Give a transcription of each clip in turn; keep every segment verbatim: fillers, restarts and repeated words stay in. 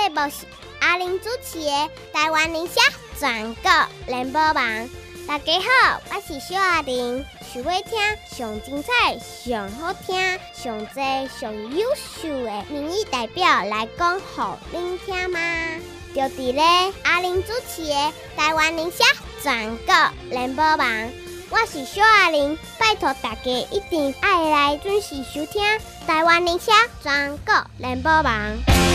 节目是阿玲主持的台湾宁夏全国联播网。大家好，我是小阿玲，想要听上精彩、上好听、上多、上优秀的民意代表来讲予您听吗？就伫咧阿玲主持的台湾宁夏全国联播网。我是小阿玲，拜托大家一定要来准时收听台湾宁夏全国联播网。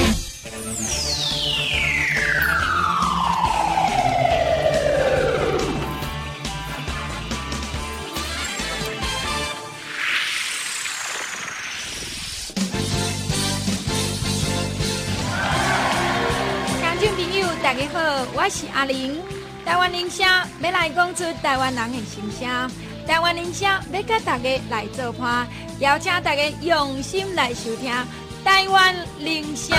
听众朋友，大家好，我是阿玲。台湾宁夏要来讲出台湾人的心声，台湾宁夏要甲大家来做伴，邀请大家用心来收听台湾宁夏。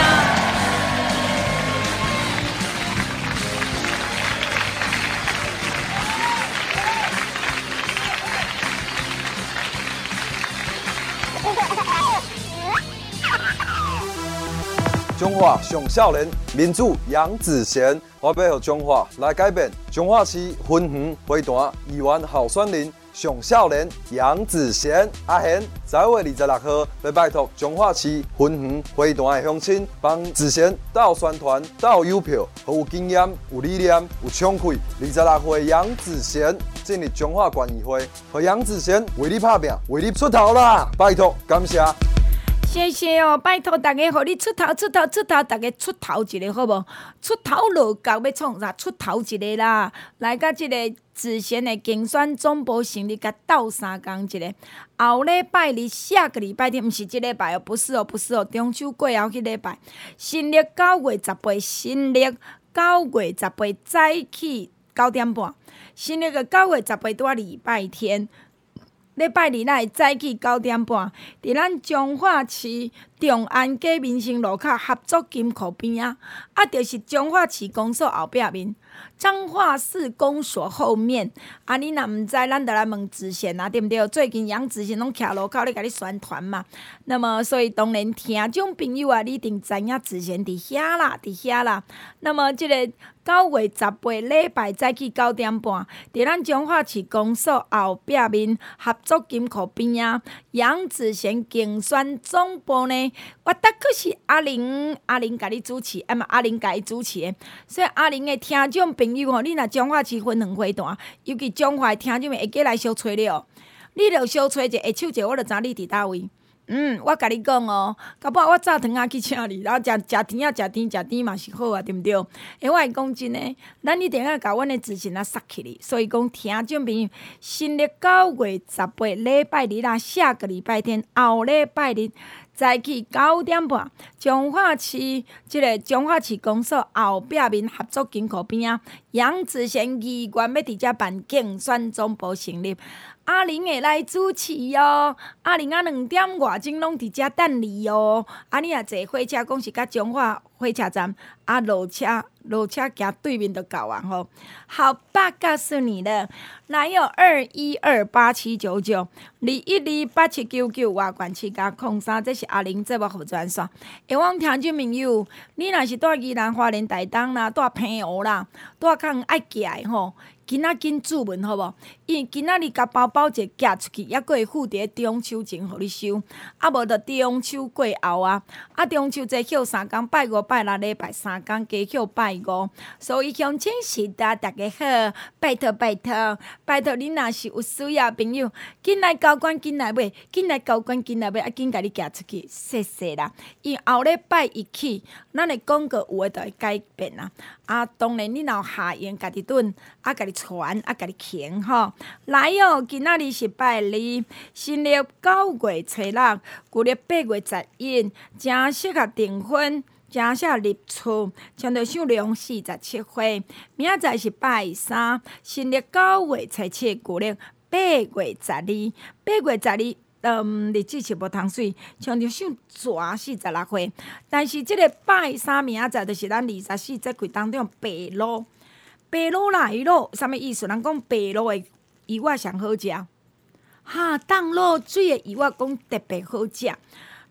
中华上少年民主杨子贤，我要让中华来改变。中华市分园花坛议员候选人上少年杨子贤阿贤，十一月二十六号要拜托中华市分园花坛的乡亲，帮子贤斗宣传、斗邮票，和有经验、有理念、有冲气。二十六岁杨子贤进入中华县议会，和杨子贤为你拍拼，为你出头啦！拜托，感谢。 谢谢哦，拜托大家，互你出头出头出头，大家出头一个好无？出头落脚要创啥？出头一个啦！来甲即个子贤的竞选总部成立，甲斗三工一个。后礼拜日下个礼拜天，毋是即礼拜哦，不是哦，不是哦，中秋过后迄礼拜，新历九月十八，新历九月十八早起九点半，新历个九月十八拄啊礼拜天。礼拜二咱会早起九点半，伫咱彰化市重安街民生路口合作金库边啊，啊，就是彰化市公所后壁面，彰化市公所后面。啊，你若毋知，咱就来问子贤啊，对毋对？最近杨子贤拢徛路口咧，甲你宣传嘛。那么，所以当然听众朋友啊，你一定知影子贤伫遐啦，伫遐啦。那么，即、这个九月十八礼拜早起九点半，伫咱彰化市公所后壁面合作金库边啊，杨子贤竞选总部呢，我的确是阿玲，阿玲甲你主持，啊嘛阿玲甲伊主持的。所以阿玲的听众朋友吼，你若彰化市分园花坛，尤其彰化的听众们会过来小找你哦，你著小找者，下手者，我著知你伫倒位。嗯，我甲你讲哦，到尾我早堂啊去请你，然后食食甜啊，食甜食甜嘛是好啊，对毋对？诶，我会讲真诶，咱一定要甲阮诶自信啊杀起哩。所以讲，听众朋友，新历九月十八礼拜日啦，下个礼拜天后礼拜日早起九点半，彰化市即个彰化市公所后壁面合作金库边啊，杨子贤议员要伫遮办竞选总部成立。阿玲会来主持哦，阿玲啊两点外钟拢伫遮等你哦。啊，你若坐火车，讲是甲彰化火车站，啊落车落车行对面就到啊吼。好吧，告诉你了，来有二一二八七九九，二一二八七九九，外管七加空三，这是阿玲节目服专线。希望听众朋友，你若是住宜兰花莲台东啦，住平湖啦，住较爱行的吼。今仔紧注文好无？因为今仔日甲包包者寄出去，抑佫会附伫中秋前互你收，啊无着中秋过后啊，啊中秋节休三工，拜五拜六礼拜三工加休拜五，所以乡亲时代大家好，拜托拜托拜托，你若是有需要朋友，紧来交管紧来买，紧来交管紧来买，啊紧甲你寄出去，谢谢啦。因为后礼拜一起，咱的广告有诶就会改变啦。啊，当然你若下用家己炖，啊家己传啊，甲你行吼，来哦！今仔日是拜二，新历九月初六，旧历八月十一，正适合订婚，正适合入厝，像着上良四十七岁。明仔载是拜三，新历九月初七，旧历八月十二，八月十二。嗯，日子是无通水，像着上蛇四十六岁。但是即个拜三明仔载，就是咱二十四节气当中白露。白露啦，伊露啥物意思？人讲白露的蚵仔上好食，哈，当露水的蚵仔讲特别好食。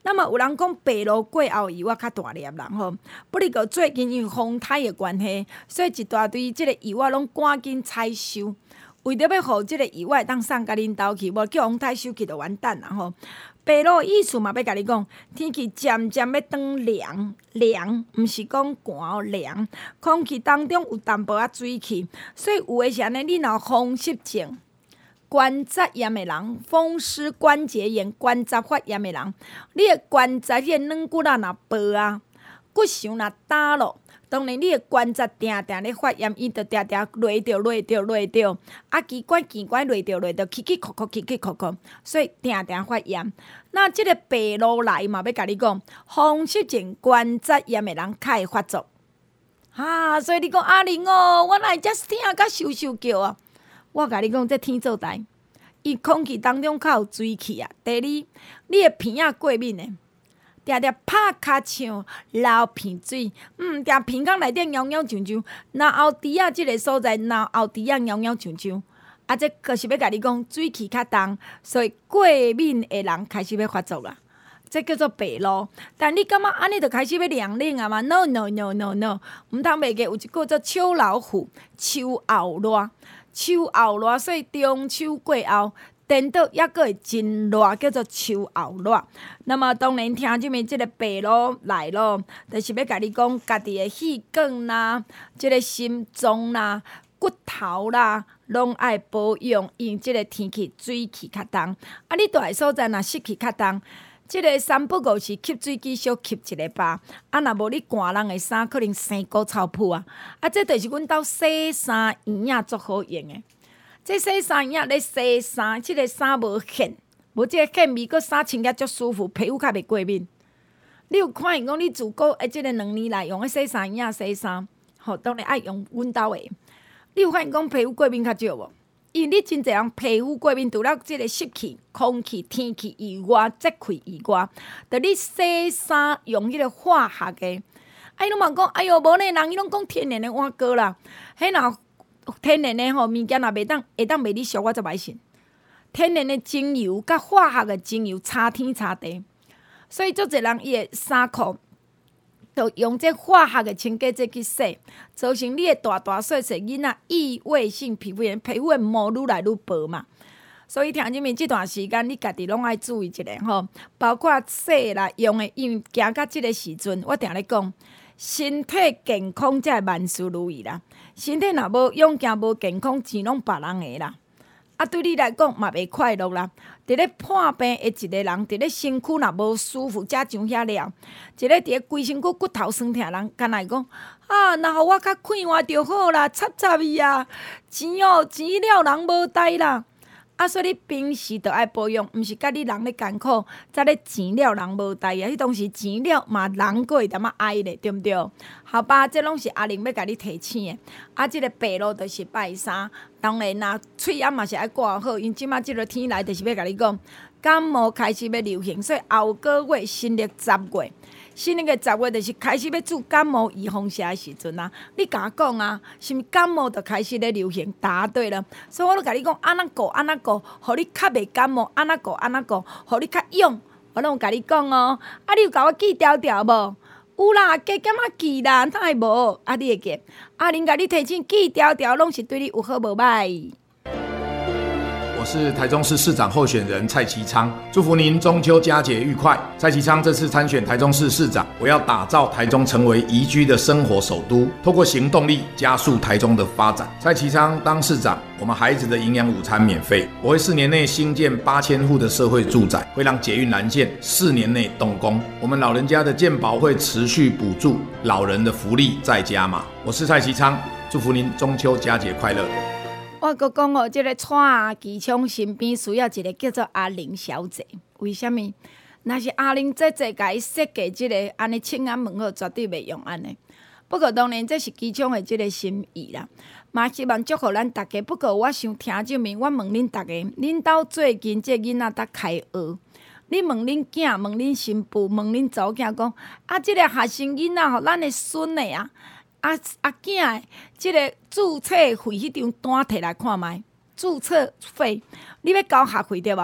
那么有人讲白露过后油仔较大粒啦吼，不哩个最近因为风台的关系，所以一大堆即个油仔拢赶紧采收。为着要互即个油仔当送甲恁兜去，无叫风台收去就完蛋啦吼。白露意思嘛，要甲你讲，天气渐渐要转凉，凉，毋是讲寒哦，凉。空气当中有淡薄仔水汽，所以有诶是安尼，你若有风湿症、关节炎诶人，风湿关节炎、关节发炎诶人，你诶关节迄个软骨仔若薄啊，骨相若打落。当然，你的关节定定咧发炎，伊就定定累着累着累着，啊，奇怪奇怪累着累着，起起哭哭起起哭哭，所以定定发炎。那即个白露来嘛，要甲你讲，风湿症、关节炎的人较会发作。啊，所以你讲阿玲哦，我来遮听甲咻咻叫啊！我甲你讲，这天做代，伊空气当中较有水汽啊。第二，你的鼻仔过敏的。定定拍骹唱流鼻水，嗯，定鼻孔内底袅袅上上，然后后鼻仔即个所在，然后后鼻仔袅袅上上，啊，这可是要甲你讲水气较重，所以过敏的人开始要发作啦。这叫做白露，但你感觉安尼就开始要凉冷啊嘛 ？No no no no no， 毋通袂记有一个叫做秋老虎、秋后热、秋后热，所以中秋过后。颠倒抑阁会真热，叫做秋后热。那么当然，听即面即个白露来咯，就是要甲你讲，家己的气管啦、即、這個心脏啦、骨头啦，拢爱保养，因即个天气水气较重。啊，你住的所在若湿气较重，即、這個三不五時吸水機小吸一個吧。啊，若無你寒人的衫，可能生股臭噗啊。啊，這就是阮兜洗衫衣仔足好用的。这洗衫衣咧洗衫，即、這个衫无痕，无即个痕味，佮衫穿起来足舒服，皮肤较袂过敏。你有看因讲你自古诶，即个两年来用诶洗衫衣洗衫，吼，当然爱用阮兜诶。你有发现讲皮肤过敏较少无？因为你真侪人皮肤过敏，除了即个湿气、空气、天气以外，积气以外，着你洗衫用迄个化学诶。啊，伊拢嘛讲，哎哟，无呢，人伊拢讲天然诶碗膏啦，迄若。天然的吼物件若袂当会当袂你俗，我则歹信。天然的精油甲化学的精油差天差地，所以足侪人伊的衫裤就用这化学的清洁剂去洗，造成你的大大细细囡仔异位性皮肤炎，皮肤的膜愈来愈薄嘛。所以听即面即段时间，你家己拢爱注意一下吼，包括洗啦用的，因为行到即个时阵，我定咧讲。身体健康才会万事如意啦。身体若无勇健无健康，钱拢别人的啦。啊，对你来讲嘛袂快乐啦。伫咧破病的一个人，伫咧身躯若无舒服，才上遐了。一个伫咧规身躯骨头酸痛人，干来讲啊，若互我较快活就好啦，插插伊啊，钱哦钱了人无代啦。啊，所以你平时着爱保养，毋是甲你人咧艰苦，才咧钱了人无代啊！迄当时钱了嘛，人过会点仔哀咧，对毋对？好吧，这拢是阿玲要甲你提醒的。啊，即、這个白露就是拜三，当然啦，喙炎嘛是爱挂好，因即马即个天来就是要甲你讲，感冒开始要流行，所以后个月新历十月。新年个十月就是开始要做感冒预防针的时阵啊！你甲我讲啊，是毋是感冒就开始咧流行？答对了，所以我都甲你讲，安怎过安怎过，互你较袂感冒，安怎过安怎过，互你较勇。我拢有甲你讲哦，啊，你有甲我记条条无？有啦，加减仔记啦，哪会无？啊，你会记？啊，恁甲你提醒记条条，拢是对你有好无歹。 我是台中市市长候选人蔡其昌，祝福您中秋佳节愉快。蔡其昌这次参选台中市市长，我要打造台中成为宜居的生活首都，透过行动力加速台中的发展。蔡其昌当市长，我们孩子的营养午餐免费，我会四年内新建八千户的社会住宅，会让捷运蓝线四年内动工。我们老人家的健保会持续补助，老人的福利再加码。我是蔡其昌，祝福您中秋佳节快乐。 我阁讲哦，即、這个蔡其昌身边需要一个叫做阿玲小姐，为什么？若是阿玲姐姐甲伊设计即个安尼请安问好，绝对袂用安尼。不过当然这是其昌的即个心意啦，嘛希望祝福咱大家。不过我想听证明，我问恁大家，恁兜最近这囡仔才开学，你问恁囝，问恁新妇，问恁祖囝讲，啊，即、這个学生囡仔吼，咱的孙的啊。啊啊囝诶，即个注册费迄张单摕来看觅，注册费你要交学费对无？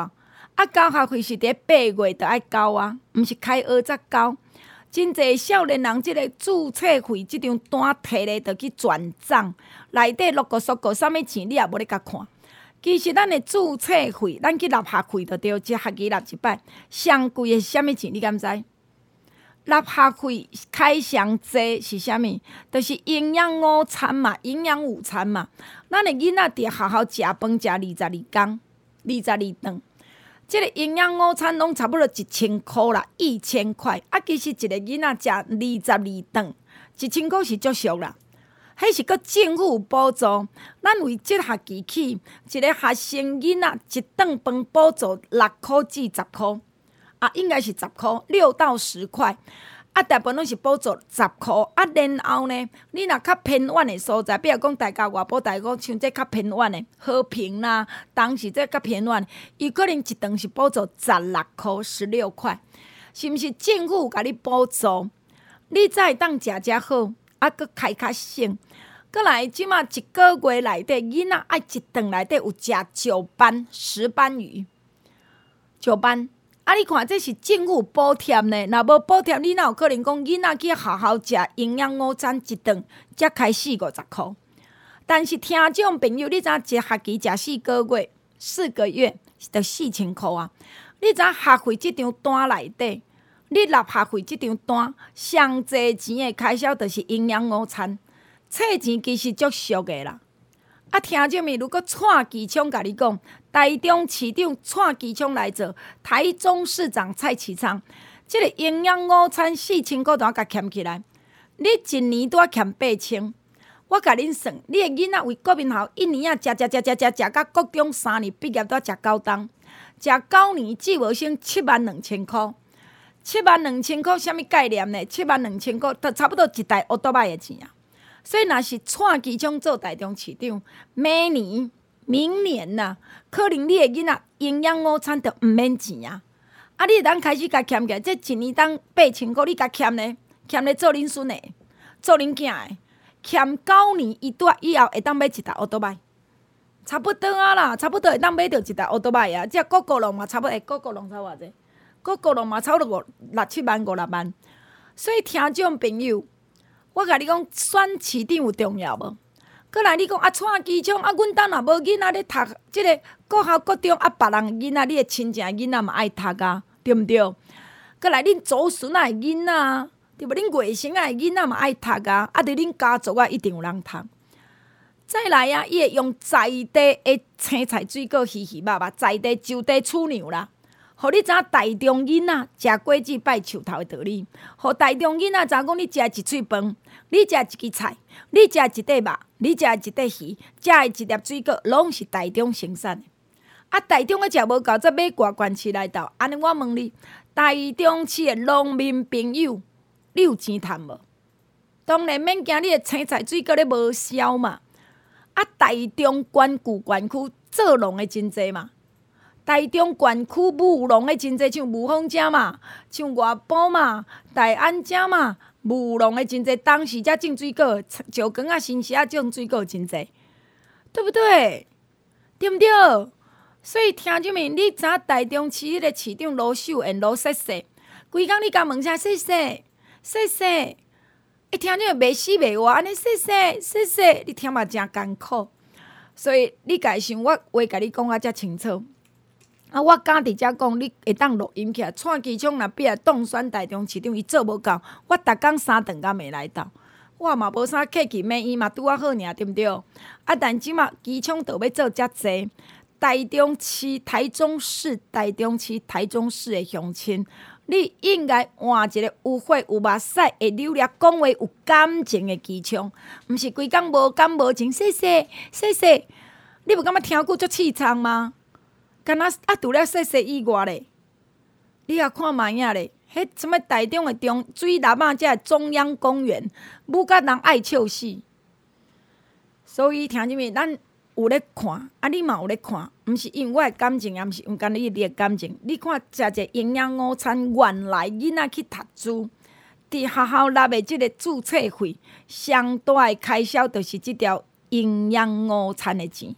啊，交学费是伫八月就爱交啊，毋是开学才交。真侪少年人即个注册费即张单摕咧，就去转账，内底陆陆续续啥物钱你也无咧甲看。其实咱的注册费，咱去纳学费就对，一学期纳一摆。上贵的是啥物钱？你敢知？纳学费开上济是啥物？就是营养午餐嘛，营养午餐嘛。咱的囡仔伫学校食饭食二十二工，二十二顿。即个营养午餐拢差不多一千箍啦，一千块。啊，其实一个囡仔食二十二顿，一千箍是足俗啦。迄是搁政府补助，咱为即学期起，一个学生囡仔一顿饭补助六箍至十箍，啊，应该是十箍，六到十块。啊，大部分拢是补助十箍。啊，然后呢，你若较偏远的所在，比如讲大家外埔大讲像这较偏远的和平啦，当时这较偏远，伊可能一顿是补助十六箍、十六块，是毋是政府甲你补助？你才会当食食好，啊，搁开较省。过来，即马一个月内底，囡仔爱一顿内底有食九班、十班鱼，九班。啊！你看，这是政府补贴呢。若无补贴，你哪有可能讲囡仔去学校食营养午餐一顿才开四五十箍？但是听众朋友，你知影一学期食四个月，四个月就四千箍啊！你知影学费即张单内底，你纳学费即张单上济钱的开销，就是营养午餐。册钱其实足俗的啦。啊，听众们，如果蔡其昌甲你讲，台中市长蔡其昌来做，台中市长蔡其昌，即、這个营养午餐四千块，都要甲欠起来。你一年都要欠八千，我甲恁算，你的囡仔为国民校一年啊，食食食食食食到国中三年毕业都要食九档，食九年至无省七万两千块。七万两千块，啥物概念呢？七万两千块，都差不多一台奥多麦的钱啊！所以，若是蔡其昌做台中市长，明年、明年呐、啊，可能你的囡仔营养午餐就毋免钱啊！啊，你当开始甲欠起来，这一年当八千块，你甲欠呢？欠咧做恁孙的，做恁囝的，欠九年，伊拄以后会当买一台奥多麦，差不多啊啦，差不多会当买着一台奥多麦啊！这个个龙嘛，差不多，个个龙差偌济，个个龙嘛，差不多五六七万、五六万。所以，听众朋友。我甲你讲，选市长有重要无？过来你讲啊，蔡其昌啊，阮兜若无囡仔咧读，即个国校国中啊，别人囡仔，你的亲情囡仔嘛爱读啊，对毋对？过来恁祖孙仔的囡仔，对无？恁外甥仔的囡仔嘛爱读啊，啊，伫恁家族啊一定有人读。再来啊，伊会用在地的青菜水果、鱼鱼肉肉，在地就地取粮啦。互你知影台中囡仔食果子拜树头的道理，互台中囡仔知影讲你食一喙饭，你食一支菜，你食一块肉，你食一块鱼，食的一粒水果，拢是台中生产的。啊，台中的食无够，则买外县市来斗。安尼我问你，台中市的农民朋友，你有钱趁无？当然免惊你的青菜水果咧无销嘛。啊，台中关古县区做农的真济嘛。台中县区务农的真济，像雾峰遮嘛，像外埔嘛，大安遮嘛，务农的真济。当时遮种水果，石冈啊、新市啊种水果真济，对不对？对毋对？所以听众们，你知影台中市迄个市长罗秀燕、罗谢谢，规工你甲问啥？谢谢，谢谢。一听众袂死袂活，安尼谢谢，谢谢，你听嘛真艰苦。所以你家想，我话甲你讲啊，遮清楚。啊！我敢伫遮讲，你会当录音起来。蔡其昌若比来当选台中市长，伊做无够，我逐工三顿敢袂来斗，我嘛无啥客气免伊嘛拄啊好尔，对毋对？啊，但即马其昌就要做遮济，台中市、台中市、台中市、台中市的乡亲，你应该换一个有血有目屎、会流利讲话有感情的其昌，毋是规工无感无情。谢谢，谢谢，你无感觉听久足凄惨吗？敢若啊，除了说说以外咧，你也看卖影咧，迄什么台中的中水南啊，遮中央公园，舞甲人爱笑死。所以听入面，咱有咧看，啊，你嘛有咧看，毋是因为我的感情，也毋是因干你你的感情。你看食一营养午餐，原来囡仔去读书，伫学校纳的即个注册费，上大的开销就是即条营养午餐的钱。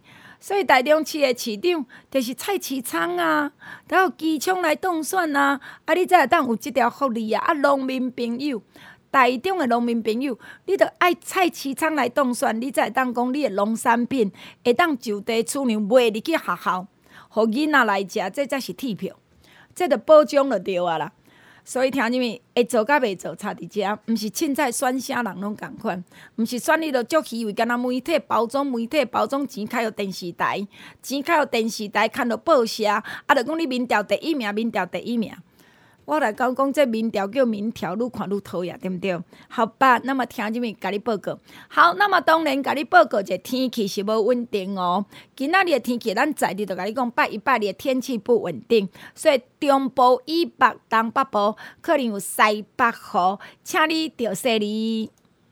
所以台中市的市长就是蔡其昌啊，还有机枪来当选啊，啊，你才会当有即条福利啊！啊，农民朋友，台中的农民朋友，你着爱蔡其昌来当选，你才会当讲你的农产品会当就地取粮卖入去学校，互囡仔来食，这才是铁票，这着保障就对啊啦。所以听入面会做甲袂做差伫遮，毋是凊彩选啥人拢共款，毋是选你着足虚伪，敢若媒体包装媒体包装钱开互电视台，钱开互电视台看到报社，啊，着讲你民调第一名，民调第一名。我来讲讲这民调叫民调，愈看愈讨厌，对不对？好吧，那么听入面甲你报告。好，那么当然甲你报告者天气是无稳定哦。今仔日的天气，咱在日就甲你讲，拜一拜日的天气不稳定，所以中部以北、东北部可能有西北雨，请你着细哩。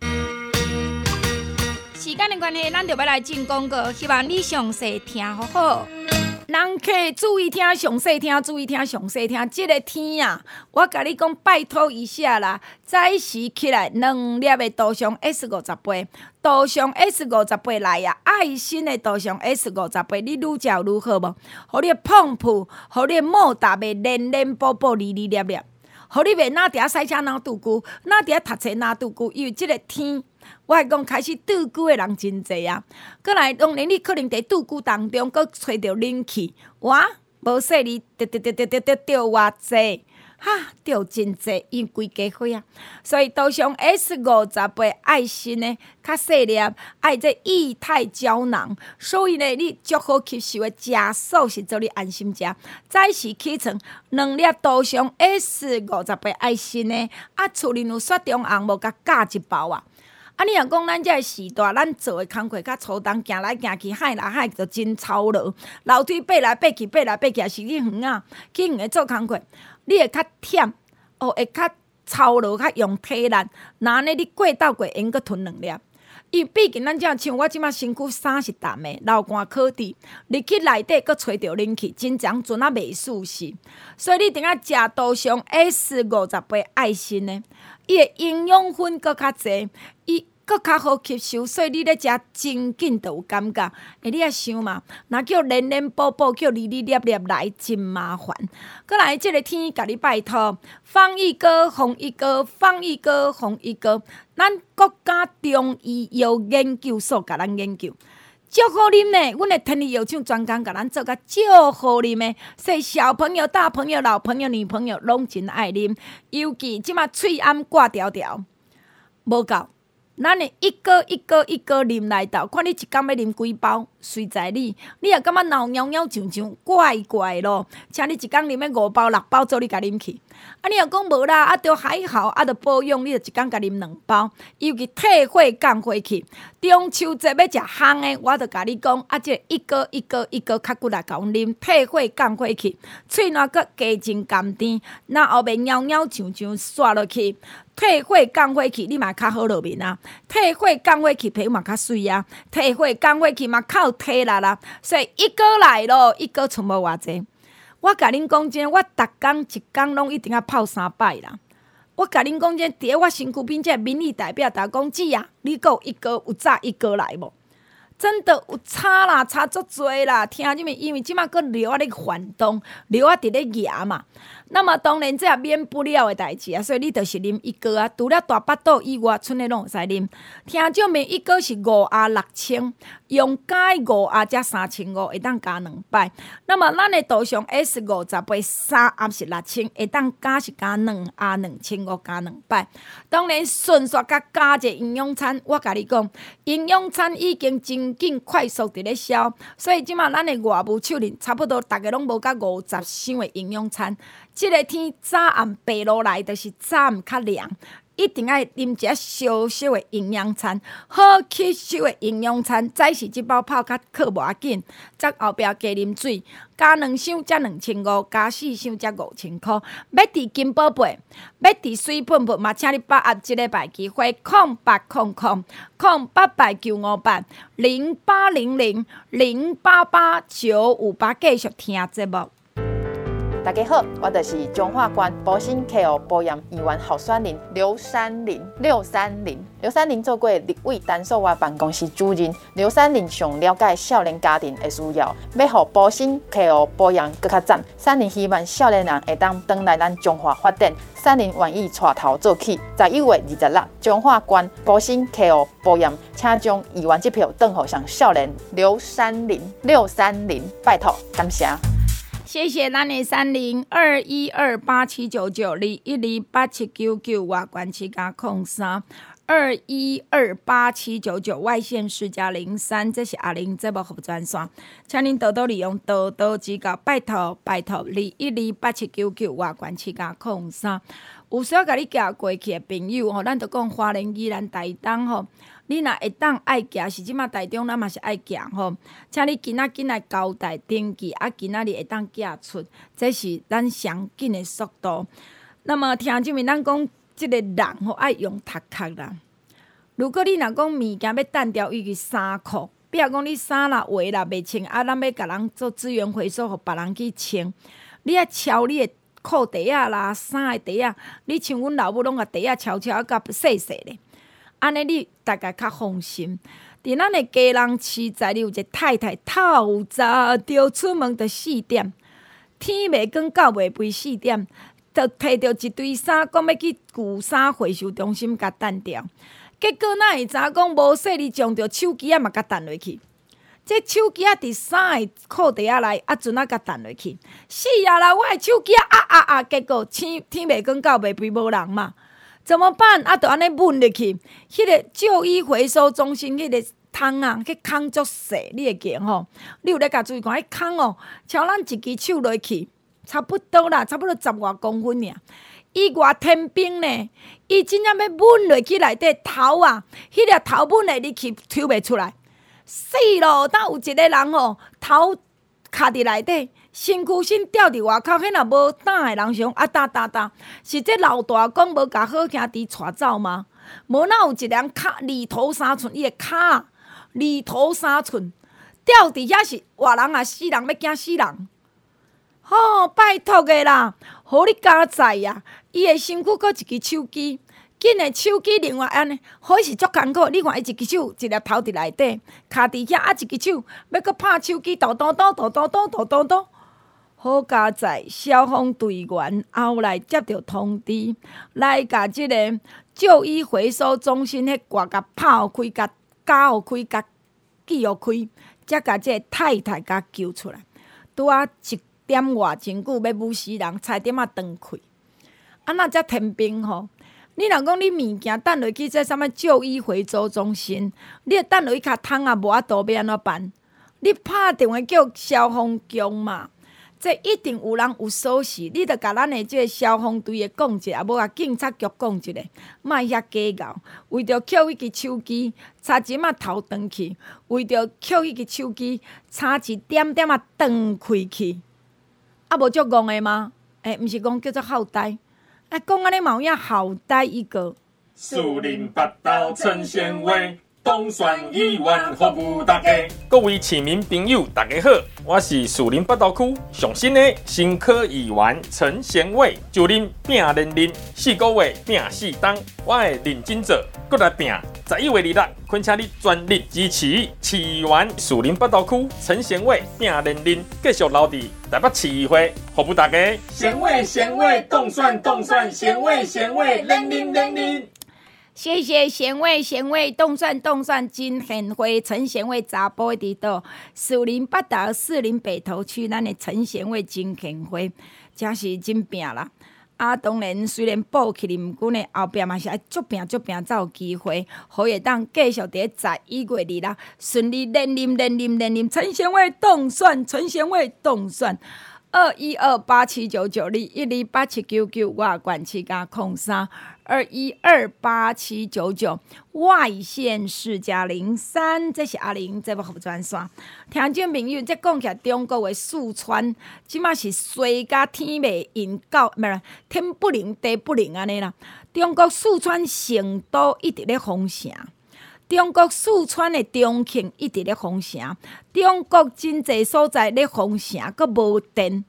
时间的关系，咱就要来进广告，希望你详细听好好。人客注意听，详细听，注意听，详细听。即、这个天啊，我甲你讲，拜托一下啦！早时起来，两粒的杜尚 S 五十八，杜尚 S 五十八来啊！爱心的杜尚 S 五十八，你愈食愈好无？互你碰扑，互你莫达袂连连补补，哩哩粒粒，互你袂哪伫遐洗车哪拄久，哪伫遐读册哪拄久，因为即个天。我会讲开始拄久的人真济啊，过来当然你可能伫拄久当中，阁吹着冷气，哇，无说你着着着着着着着偌济，哈，着真济，因规家伙啊，所以都上 S 五十八爱心呢，较细粒，爱这液态胶囊，所以呢，你足好吸收的，食素是做你安心食。早时起床两粒都上 S 五十八爱心呢，啊，厝里有雪中红无甲加一包啊。啊！你若讲咱这个时代，咱做的工课较粗重，行来行去，海来海去，就真操劳。楼梯爬来爬去，爬来爬去，也是去远啊，去远个做工课，你会较忝，哦，会较操劳，较用体力。那呢，你过斗过，应该吞两粒。伊毕竟咱这像我即马身躯衫是淡的，流汗可滴，入去内底阁吹着冷气，真正阵啊袂舒适。所以你定啊食杜尚 S 五十八爱心呢，伊的营养分阁较济，伊阁较好吸收，所以你咧食真紧就有感觉。诶，你也想嘛，若叫连连补补，叫哩哩粒粒来，真麻烦。过来，即个天，甲你拜托，防疫哥、防疫哥、防疫哥、防疫哥，咱国家中医药研究所甲咱研究。足好啉呢，阮的天气药厂专工甲咱做甲足好啉的，所以小朋友、大朋友、老朋友、女朋友拢真爱啉。尤其即马喙暗挂条条，无够。咱的一个一个一个啉来到，看你一工要啉几包，随在你。你也感觉闹鸟鸟上上怪怪咯，请你一工啉个五包六包做你甲啉去。啊，你若讲无啦，啊，着还好，啊，着保养，你着一工甲啉两包。尤其退火降火气，中秋节要食烘的，我着甲你讲，啊，即个一个一个一个较骨来甲阮啉，退火降火气，喙若阁加真甘甜，那后面鸟鸟上上刷落去。退火降火气，你嘛较好落面啊！退火降火气，皮嘛较水啊！退火降火气嘛较有体力啦，所以一个来咯，一个剩无偌济。我甲恁讲真，我逐工一工拢一定要泡三摆啦。我甲恁讲真，伫咧我身躯边这民意代表，逐讲姊啊，你有一个有早一个来无？真的有差啦，差足多啦！听入面，因为即马佫流啊咧缓动，流啊伫咧牙嘛。那么当然这也免不了的代志啊，所以你就是啉一个啊，除了大巴肚以外，剩的拢会使啉。听证明一个是五盒六千，用加五盒加三千五，会当加两摆。那么咱的杜尚 S 五十八三盒是六千，会当加是加两盒两千五加两摆。当然顺续甲加一个营养餐，我甲你讲，营养餐已经真紧快速伫咧销，所以即马咱的外务手里差不多大家拢无甲五十箱的营养餐。即个天早暗白落来，就是早暗较凉，一定要啉一小小的营养餐，好吸收的营养餐。早时即包泡较可无要紧，再后壁加啉水，加两箱才两千五，加四箱才五千块。要伫金宝贝，要伫水喷喷嘛，请你把握一礼拜机会，空八空空空八八九五八零八零零零八八九五八，继续听节目。 大家好，我就是中华关保心 K O 保养医院候选人刘珊玲。刘珊玲，刘珊玲做过立委单数外办公室主任。刘珊玲上了解少年家庭的需要，要让保心 K O 保养更较赞。珊玲希望少年人会当回来咱中华发展。珊玲愿意带头做起。十一月二十六，中华关保心 K O 保养，请将议员这票转给上少年刘珊玲。刘珊玲，拜托，感谢。 谢谢咱的三零二一二八七九九二一二八七九九外关七加空三二一二八七九九外线四加零三，这是阿玲节目服务专线，请恁多多利用，多多指教，拜托拜托二一二八七九九外关七加空三。有需要甲你行过去的朋友吼，咱就讲花莲宜兰台东吼。你若会当爱行，是即马台中咱嘛是爱行吼，请你今仔紧来交代登记，啊，今仔日会当寄出，这是咱上紧的速度。那么听即面咱讲，即个人吼爱用读壳啦。如果你若讲物件要单调，尤其衫裤，比如讲你衫啦、袜啦袂穿，啊，咱要甲人做资源回收，互别人去穿，你爱抄你的裤底仔啦、衫的底仔，你像阮老母拢甲底仔抄抄甲细细咧。安尼你大概较放心。伫咱的家人市在，你有一个太太透早着出门着四点，天袂光到袂肥四点，着摕着一堆衫，讲要去旧衫回收中心甲等掉。结果哪会知讲无说你将着手机啊嘛甲等落去？这手机啊伫衫的裤底仔内，啊阵啊甲等落去。是啊啦，我的手机啊啊啊啊！结果天天袂光到袂肥无人嘛。怎么办？啊，就安尼闷入去，迄、那个旧衣回收中心，迄、那个桶啊，迄空足细，你会记吼？你有咧甲注意看，迄空哦，超咱一支手落去，差不多啦，差不多十外公分尔。伊外天冰呢，伊真正要闷落去内底头啊，迄、那个头闷会入去，抽袂出来。死咯！当有一个人吼，头卡伫内底。身躯身吊伫外口，迄若无胆的人上啊打打打，是这老大公无甲好兄弟带走吗？无哪有一人骹二头三寸，伊的骹二头三寸，吊伫遐是活人啊死人要惊死人。吼、哦，拜托的啦，互你加载啊！伊的身躯搁一支手机，紧的手机另外安尼，好是足艰苦。你看伊一支手一粒头伫内底，卡伫遐啊，一支手要搁拍手机，抖抖抖抖抖抖抖抖抖。好佳在消防队员后来接到通知，来甲即个旧衣回收中心迄挂甲拍开、甲加互开、甲记互开，才甲即个太太甲救出来。拄啊一点外真久要母死人，差点啊断气。啊那才天兵吼！你若讲你物件等落去这啥物旧衣回收中心，你等落去卡桶啊无法度要安怎办？你拍电话叫消防局嘛？这一定有人有锁匙，你着甲咱的即个消防队的讲一下，无甲警察局讲一下，莫遐假搞。为着捡迄支手机，差钱啊头断去；为着捡迄支手机，差一点点啊断开去。啊，无足戆的吗？诶、欸，毋是讲叫做好呆，啊，讲安尼嘛有影好呆一个。 树林八道陈贤伟。东选议员服务大家，各位市民朋友，大家好，我是树林北道区上新的新科议员陈贤伟，就恁拼连连四个月拼四档，我会认真做，搁来拼。十一月二日，恳请你全力支持市议员树林北道区陈贤伟拼连连，继续留伫台北市议会服务大家。贤伟贤伟，动算动算，贤伟贤伟，连连连连。 谢谢贤伟，贤伟动算动算真贤惠，陈贤伟查甫伫倒，树林北道士林北投区，咱的陈贤伟真贤惠，真是真拼啦。啊，当然虽然报去林军的后壁嘛是爱足拼足拼才有机会，好会当继续伫十一月二啦，顺利连任连任连任，陈贤伟动算，陈贤伟动算。二一二八七九九二一二八七九九外管七加空三二一二八七九九外线四加零三，这是阿玲这部服务专线。听众朋友，这讲起来中国的四川，即马是衰甲天袂阴到，唔是天不灵地不灵安尼啦。中国四川成都一直咧封城。中国四川的重庆一直咧封城，中国真侪所在咧封城，阁无电，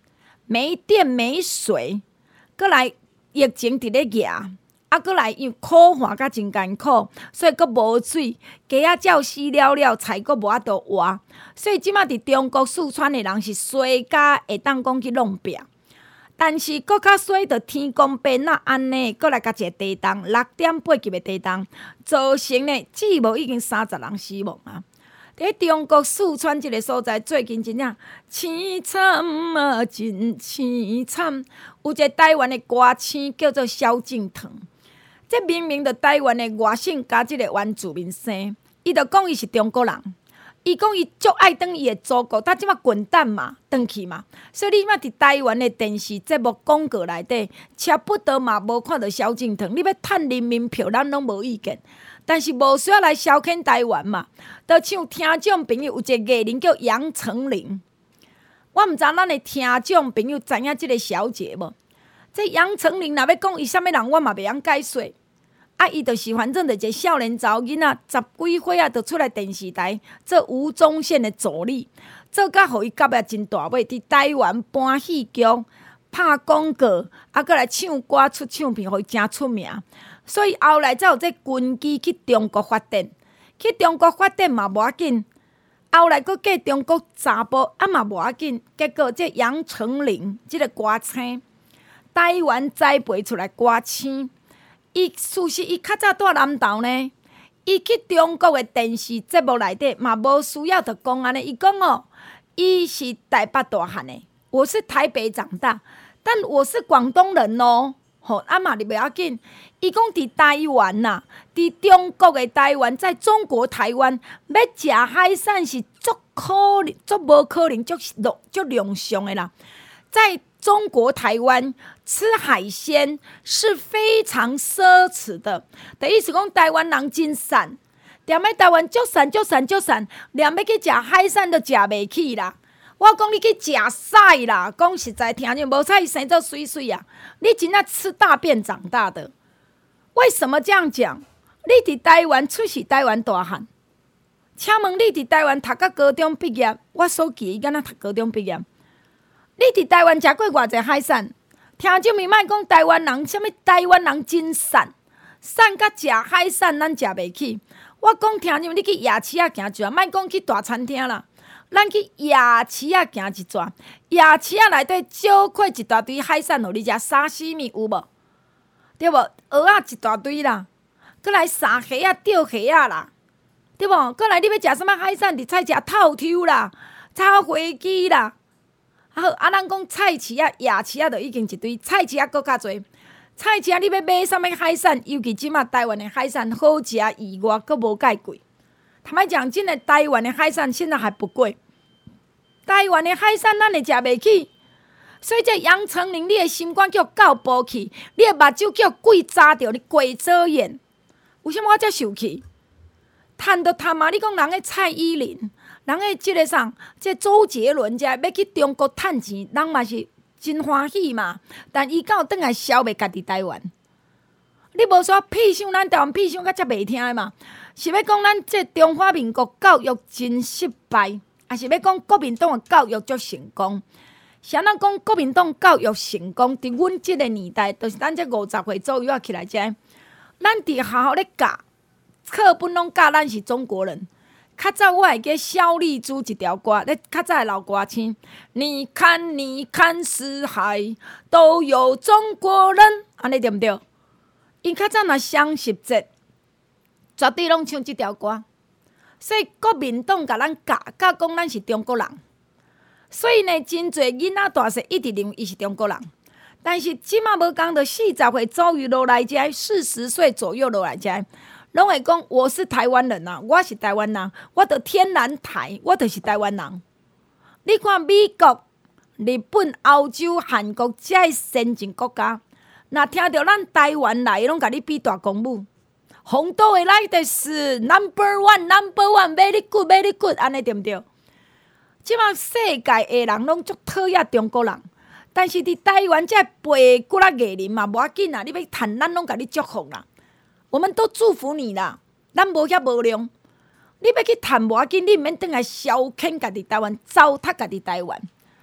没电没水，搁来疫情伫咧压，啊，搁来因苦旱甲真艰苦，所以搁无水，鸡仔照死了了，菜搁无法度活，所以即马伫中国四川的人是衰甲会当讲去弄壁。但是搁较衰，着天公变啊安尼，搁来甲一个地动，六点八级的地动，造成呢至无已经三十人死亡啊！伫中国四川即个所在，最近真正凄惨啊，真凄惨。有一个台湾的歌星叫做萧敬腾，这明明着台湾的外省加即个原住民生，伊着讲伊是中国人。伊讲伊足爱转伊的祖国，他即马滚蛋嘛，转去嘛。所以你即马伫台湾的电视节目广告内底，差不多嘛无看到萧敬腾。你要趁人民票，咱拢无意见。但是无需要来消遣台湾嘛。就像听众朋友有一个艺人叫杨丞琳，我毋知咱的听众朋友知影即个小姐无？这杨丞琳若要讲伊啥物人，我嘛袂晓解说。啊，伊就是反正就一个少年查某囡仔，十几岁啊，就出来电视台做吴宗宪的助理，做甲互伊事业真大尾，伫台湾搬戏剧、拍广告，啊，搁来唱歌、出唱片，互伊真出名。所以后来才有这军机去中国发展，去中国发展嘛无要紧，后来搁嫁中国查甫啊嘛无要紧，结果这杨丞琳即个歌星，台湾栽培出来歌星。伊事实伊较早住南投呢，伊去中国的电视节目内底嘛无需要着讲安尼。伊讲哦，伊是台北大汉的，我是台北长大，但我是广东人哦。吼、哦，啊嘛你袂要紧。伊讲伫台湾呐、啊，伫中国的台湾，在中国台湾要食海产是足可能、足无可能、足足量上的啦，在。中国台湾吃海鲜是非常奢侈的，的意思讲台湾人真善，踮咧台湾足善足善足善，连要去食海产都食袂起啦。我讲你去食屎啦，讲实在听就无菜生做水水啊！你真正吃大便长大的，为什么这样讲？你伫台湾出是台湾大汉，请问你伫台湾读到高中毕业，我所记伊敢若读高中毕业。你伫台湾食过偌济海产？听众咪莫讲台湾人，啥物台湾人真善，善甲食海产咱食袂起。我讲听众，你去夜市啊行一转，莫讲去大餐厅啦，咱去夜市啊行一转，夜市啊内底少开一大堆海产，互你食沙西米有无？对无？蚵仔一大堆啦，搁来沙虾啊、钓虾啊啦，对无？搁来你要食啥物海产？伫菜食透抽啦、炒飞机啦。啊好，啊，咱讲菜市啊、夜市啊，就已经一堆，菜市啊搁较侪。菜市啊，你要买啥物海产？尤其即马台湾的海产好食以外，搁无介贵。坦白讲，真的台湾的海产现在还不贵。台湾的海产咱会食袂起，所以这杨丞琳，你的心肝叫到步去，你的目睭叫鬼扎着，你鬼遮眼。为什么我遮受气？趁着趁嘛，你讲人个蔡依林。人个即个啥，即周杰伦遮要去中国趁钱，人嘛是真欢喜嘛。但伊敢有转来消灭家己台湾？你无说屁想咱台湾屁想甲遮袂听的嘛？是要讲咱即中华民国教育真失败，还是要讲国民党的教育足成功？是安怎讲国民党教育成功？伫阮即个年代，就是咱这五十岁左右啊起来遮，咱伫学校咧教课本拢教咱是中国人。较早我会记萧丽珠一条歌，咧较早的老歌星。你看，你看，四海都有中国人，安尼对毋对？因较早若双十节，绝对拢唱即条歌。所以国民党甲咱教，教讲咱是中国人。所以呢，真侪囡仔大细一直认为伊是中国人。但是即马无讲到四十岁左右落来遮，四十岁左右落来遮。拢会讲我是台湾人啊，我是台湾人，我着天然台，我就是台湾人。你看美国、日本、欧洲、韩国这些先进国家，若听到咱台湾来，拢甲你比大公母，红豆的来的是 number one number one very good very good， 安尼对毋对？即马世界的人拢足讨厌中国人，但是伫台湾这背骨仔艺人嘛无要紧啊，你要趁咱拢甲你祝福啦。我们都祝福你啦，咱无遐无量。你要去趁无要紧，你毋免转来消遣家己台湾，糟蹋家己台湾。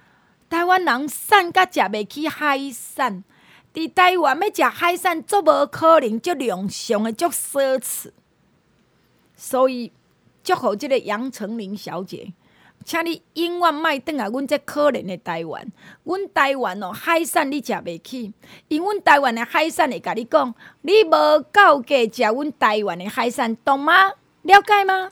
台湾人瘦甲食袂起海产，伫台湾要食海产，足无可能，足量上的，足奢侈。所以，祝福即个杨丞琳小姐，请你永远莫转来阮这可怜的台湾。阮台湾哦，海产你食袂起，因阮台湾的海产会甲你讲，你无够价食阮台湾的海产，懂吗？了解吗？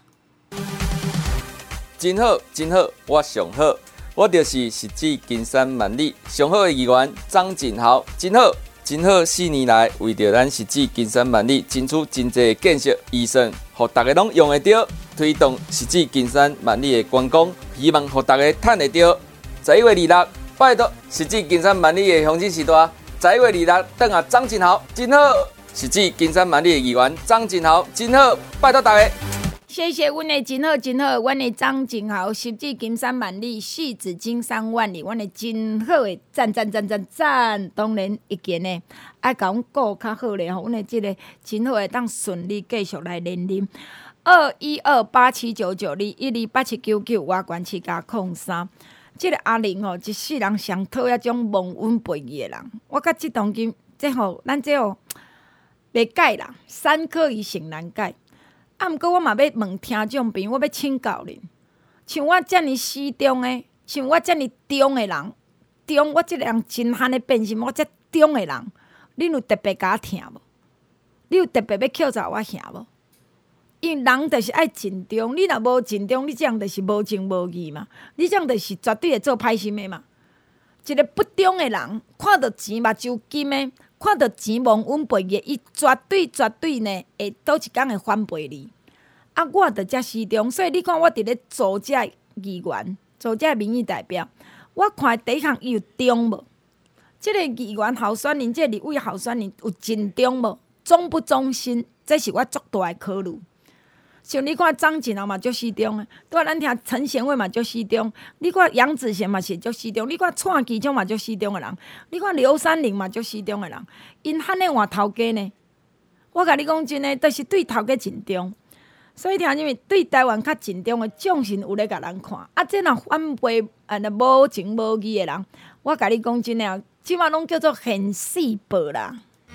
真好，真好，我上好，我就是实至金山万里上好的议员张锦豪，真好。真好，四年来为着咱实至金山万里，争取真济建设预算，互大家拢用得到，推动实至金山万里的观光，希望互大家赚得到。十一月二六，拜托实至金山万里的乡亲时代，十一月二六等下张锦豪，真好。实至金山万里的议员张锦豪，真好，拜托大家。 谢谢阮的真好真好，阮的张真豪，十指金山万里，四指金山万里，阮的真好的赞赞赞赞赞！当然一件呢，爱甲阮顾较好咧吼，阮的即个真好的当顺利继续来连任。二一二八七九九二一二八七九九，我关七加空三。即、这个阿玲吼，一世人上讨遐种蒙稳背义的人，我甲即当今即吼，咱即吼袂改啦，山可以成难改。啊，毋过我嘛要问听众朋友，我要请教恁，像我遮尔死忠的，像我遮尔忠的人，忠我即个人真罕的变心，我遮忠的人，恁有特别甲我疼无？你有特别要扣查我兄无？因为人就是爱尽忠，你若无尽忠，你这样就是无情无义嘛，你这样就是绝对会做歹心的嘛。一个不忠的人，看到钱目睭金的。看到钱蒙稳背义，伊绝对绝对呢会倒一天会翻背你。啊，我着遮始终，所以你看我伫咧做遮议员，做遮民意代表，我看第一项伊有忠无？即、这个议员候选人，即、这个立委候选人有真忠无？忠不忠心？这是我足大的考虑。像你看张锦豪嘛，足始终的；对咱听陈贤伟嘛，足始终。你看杨子贤嘛是足始终。你看蔡其昌嘛，足始终的人。你看刘三林嘛，足始终的人。因罕咧换头家呢，我甲你讲真诶，都、就是对头家真忠。所以听因为对台湾较真忠的，总是有咧甲人看。啊，这若反背啊，若无情无义的人，我甲你讲真诶，即马拢叫做现世报啦。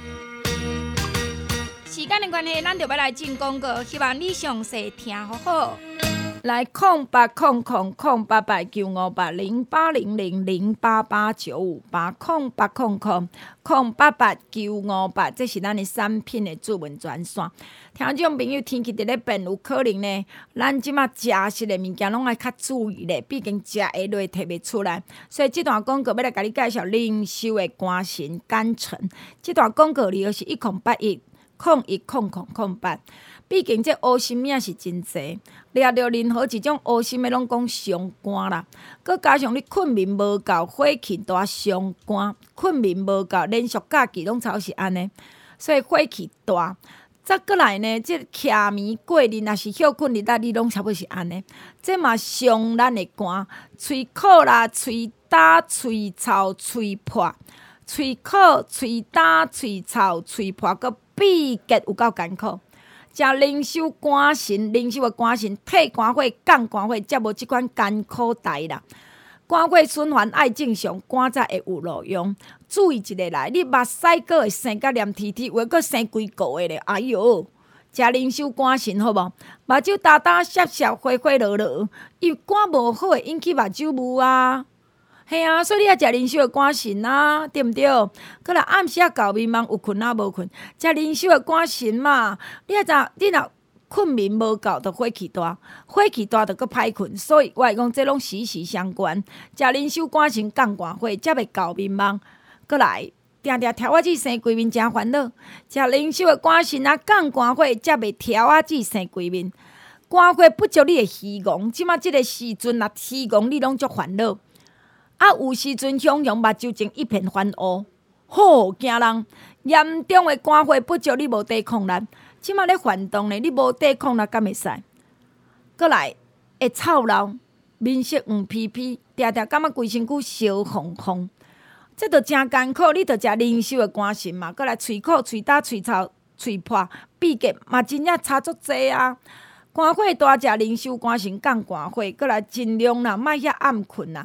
时间的关系，咱就要来进广告，希望你详细听好好。来，空八空空空八八九五八零八零零零八八九五八空八空空空八八九五八，这是咱的产品的主文专线。听众朋友，天气伫咧变，有可能呢，咱即马食食的物件拢爱较注意咧，毕竟食下落摕袂出来。所以这段广告要来甲你介绍灵修的肝神甘醇。这段广告里头是一空八一。空一空空空八，毕竟这乌心命是真济，掠着任何一种乌心的拢讲伤肝啦。佮加上你困眠无够，火气大伤肝，困眠无够，连续假期拢超是安尼，所以火气大。再过来呢，这徛眠过日，若是休困日仔，你拢差不多是安尼。这嘛伤咱的肝，喙苦啦，喙焦，喙臭，喙破，喙苦，喙焦，喙臭，喙破，佮闭结有够艰苦，食灵修肝神，灵修的肝神退肝火、降肝火，才无即款艰苦代啦。肝火循环爱正常，肝才会有路用。注意一个来，你目屎个会生甲黏贴贴，有个生规个月咧。哎哟，食灵修肝神好无？目睭焦焦、涩涩、花花落落，因为肝无好会引起目睭雾啊。嘿啊，所以你要食灵修的肝神啊，对毋对？搁来暗时啊，搞迷茫有困啊无困，食灵修的肝神嘛。你啊知，你若困眠无够，就火气大，火气大就搁歹困。所以我会讲，这拢息息相关。食灵修肝神降肝火，才袂搞迷茫。搁来，定定挑仔子生规面真烦恼。食灵修的肝神啊，降肝火，才袂挑仔子生规面。肝火不足你的虚戆，即马即个时阵若虚戆，你拢足烦恼。啊，有时阵汹涌目睭前一片翻乌，好惊人。严重的肝火不足，你无抵抗力。即马咧运动咧，你无抵抗力，敢会使？过来会臭老，面色黄皮皮，定定感觉规身躯烧烘烘，这着真艰苦。你着食灵修的肝神嘛，过来喙苦、喙焦、喙臭、喙破、闭结嘛，真正差足济啊。肝火大食灵修肝神降肝火，过来尽量啦，莫遐暗困啦。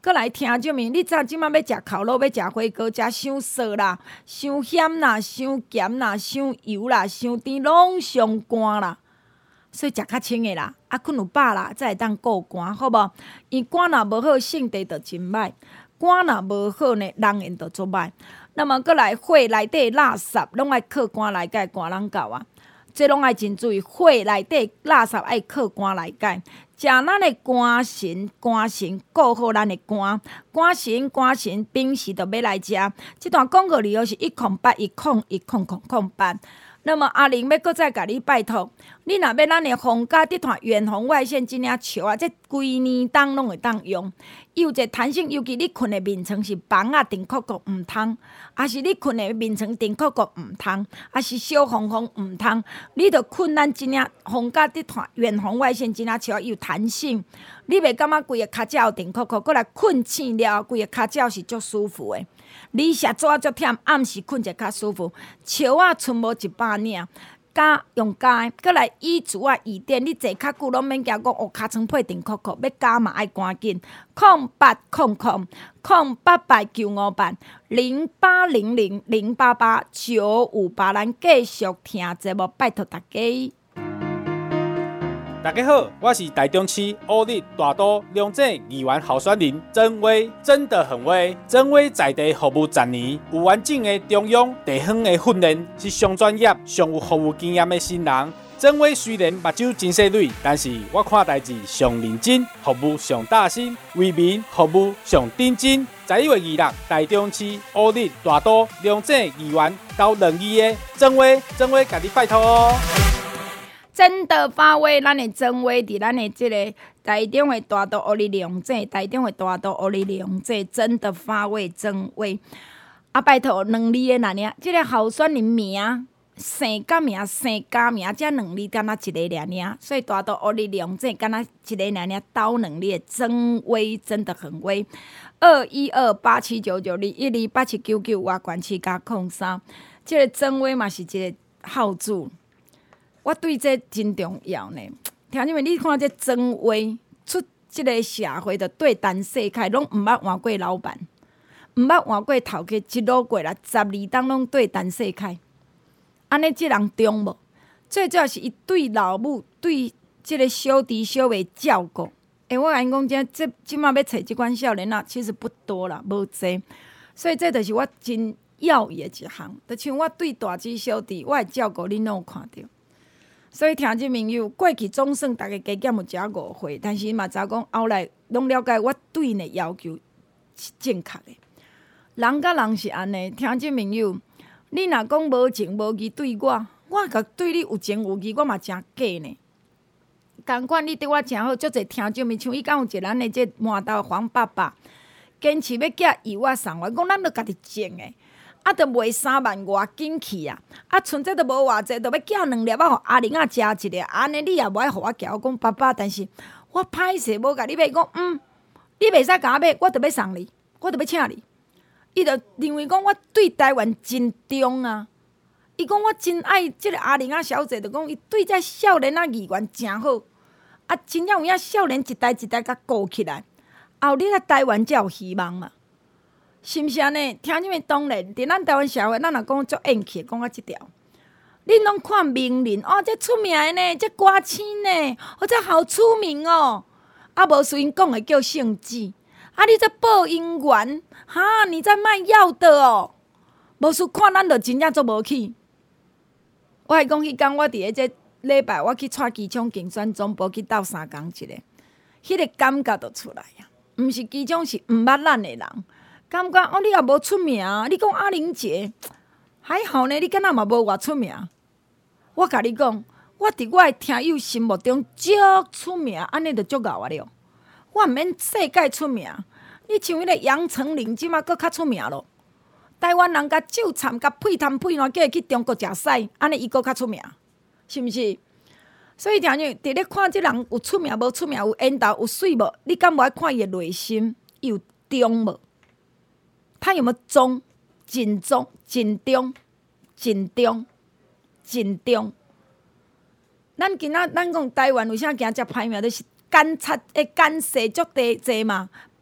过来听这面，你早即摆要食烤肉，要食火锅，食伤涩啦、伤咸啦、伤咸啦、伤油啦、伤甜，拢伤寒啦。所以食较清的啦，啊，困有饱啦，才会当顾寒，好无？伊寒若无好，性地就真歹；寒若无好呢，人缘就足歹。那么，过来火内底垃圾，拢爱靠寒来解，寒人够啊。这拢爱真注意，火内底垃圾爱靠寒来解。食咱的肝腎，肝腎顾好咱的肝，肝腎肝腎平时就要来食。这段广告里头是一空八一空一空空空八。那么阿玲要搁再甲你拜托，你若要咱的皇家这团远红外线真领笑啊，这规年当拢会当用。伊有一个弹性，尤其你困的眠床是房啊定酷酷毋通，还是你困的眠床定酷酷毋通，还是小风风毋通，你着困咱真领皇家这团远红外线真领笑有弹性，你袂感觉规个骹脚定酷酷，过来困醒了，规个骹脚是足舒服的。你下早足忝，暗时困者较舒服。笑啊，剩无一百领，加用加的，过来椅子啊、椅垫，你坐较久拢免惊讲哦，尻川配定酷酷，要加嘛爱赶紧。空八空空空八八九五八零八零零零八八九五八，咱继续听节目，拜托大家。 大家好，我是台中市乌日大都龙井议员候选人曾威，真的很威。曾威在地服务十年，有完整的中央地方的训练，是上专业、上有服务经验的新人。曾威虽然目睭真细蕊，但是我看代志上认真，服务上大心，为民服务上认真。十一月二日，台中市乌日大都龙井议员到两义的曾威，曾威甲你拜托哦。 真的发威，咱的真威伫咱的这个台中的大都乌里龙井，台中的大都乌里龙井，真的发威真威。啊，拜托两字的哪尔？这个候选人名姓甲名，姓甲名，这两字敢若一个尔尔，所以大都乌里龙井敢若一个尔尔，斗两字的真威，真的很威。二一二八七九九二一二八七九九外关七加空三，这个真威嘛是一个号主。我对这真重要呢，听你们，你看这真威出这个社会的对单世界，拢毋捌换过老板，毋捌换过头家，一路过来十二档拢对单世界，安尼这人中无？最主要是伊对老母、对这个小弟小妹照顾。诶、欸，我甲因讲，这这即马要找即款少年啊，其实不多啦，无济，所以这就是我真要义的一项。就像我对大姊小弟，我会照顾恁，拢有看到。所以听即朋友，过去总算大家加减有食误会，但是嘛知影讲后来拢了解我对因的要求是正确的。人甲人是安尼，听即朋友，你若讲无情无义对我，我甲对你有情有义，我嘛真假呢。同款你对我真好，足侪听众咪像伊讲有一个咱的这满豆黄爸爸，坚持要寄伊我送我，讲咱著家己种的。啊，著卖三万外紧去啊！啊，剩这都无偌济，著要寄两粒啊，互阿玲仔食一粒。安尼你也无爱互我寄，我讲爸爸，但是我歹势无甲你买，讲嗯，你袂使甲我买，我著要送你，我著要请你。伊著认为讲我对台湾真重啊！伊讲我真爱即个阿玲仔小姐，著讲伊对这少年仔议员真好，啊，真正有影少年一代一代甲顾起来，后日啊台湾才有希望嘛。是毋是安尼？听你们当然，伫咱台湾社会，咱若讲足硬气，讲到即条，恁拢看名人哦，这出名的呢，这歌星呢，哦，这好出名哦。啊，无随因讲的叫圣旨，啊，你这报姻缘，哈，你在卖药的哦。无事看咱就真正做无起。我还讲迄天我伫个这礼拜，我去蔡机场竞选总部去斗三工一个，迄个感觉就出来啊。毋是机场是毋捌咱的人。感觉哦，你也无出名，你讲阿玲姐还好呢，你敢若嘛无偌出名。我甲你讲，我伫我的听友心目中足出名，安尼就足够啊了。我毋免世界出名，你像迄个杨丞琳，即马搁较出名咯。台湾人甲酒掺甲配汤配烂，叫伊去中国食屎，安尼伊搁较出名，是毋是？所以听你伫咧看即人有出名无出名，有缘投有水无？你敢无爱看伊的内心，伊有忠无？他有没有忠？真忠、真忠、真忠、真忠。咱今仔咱讲台湾为啥行遮歹名？就是奸贼诶，奸细足地济嘛，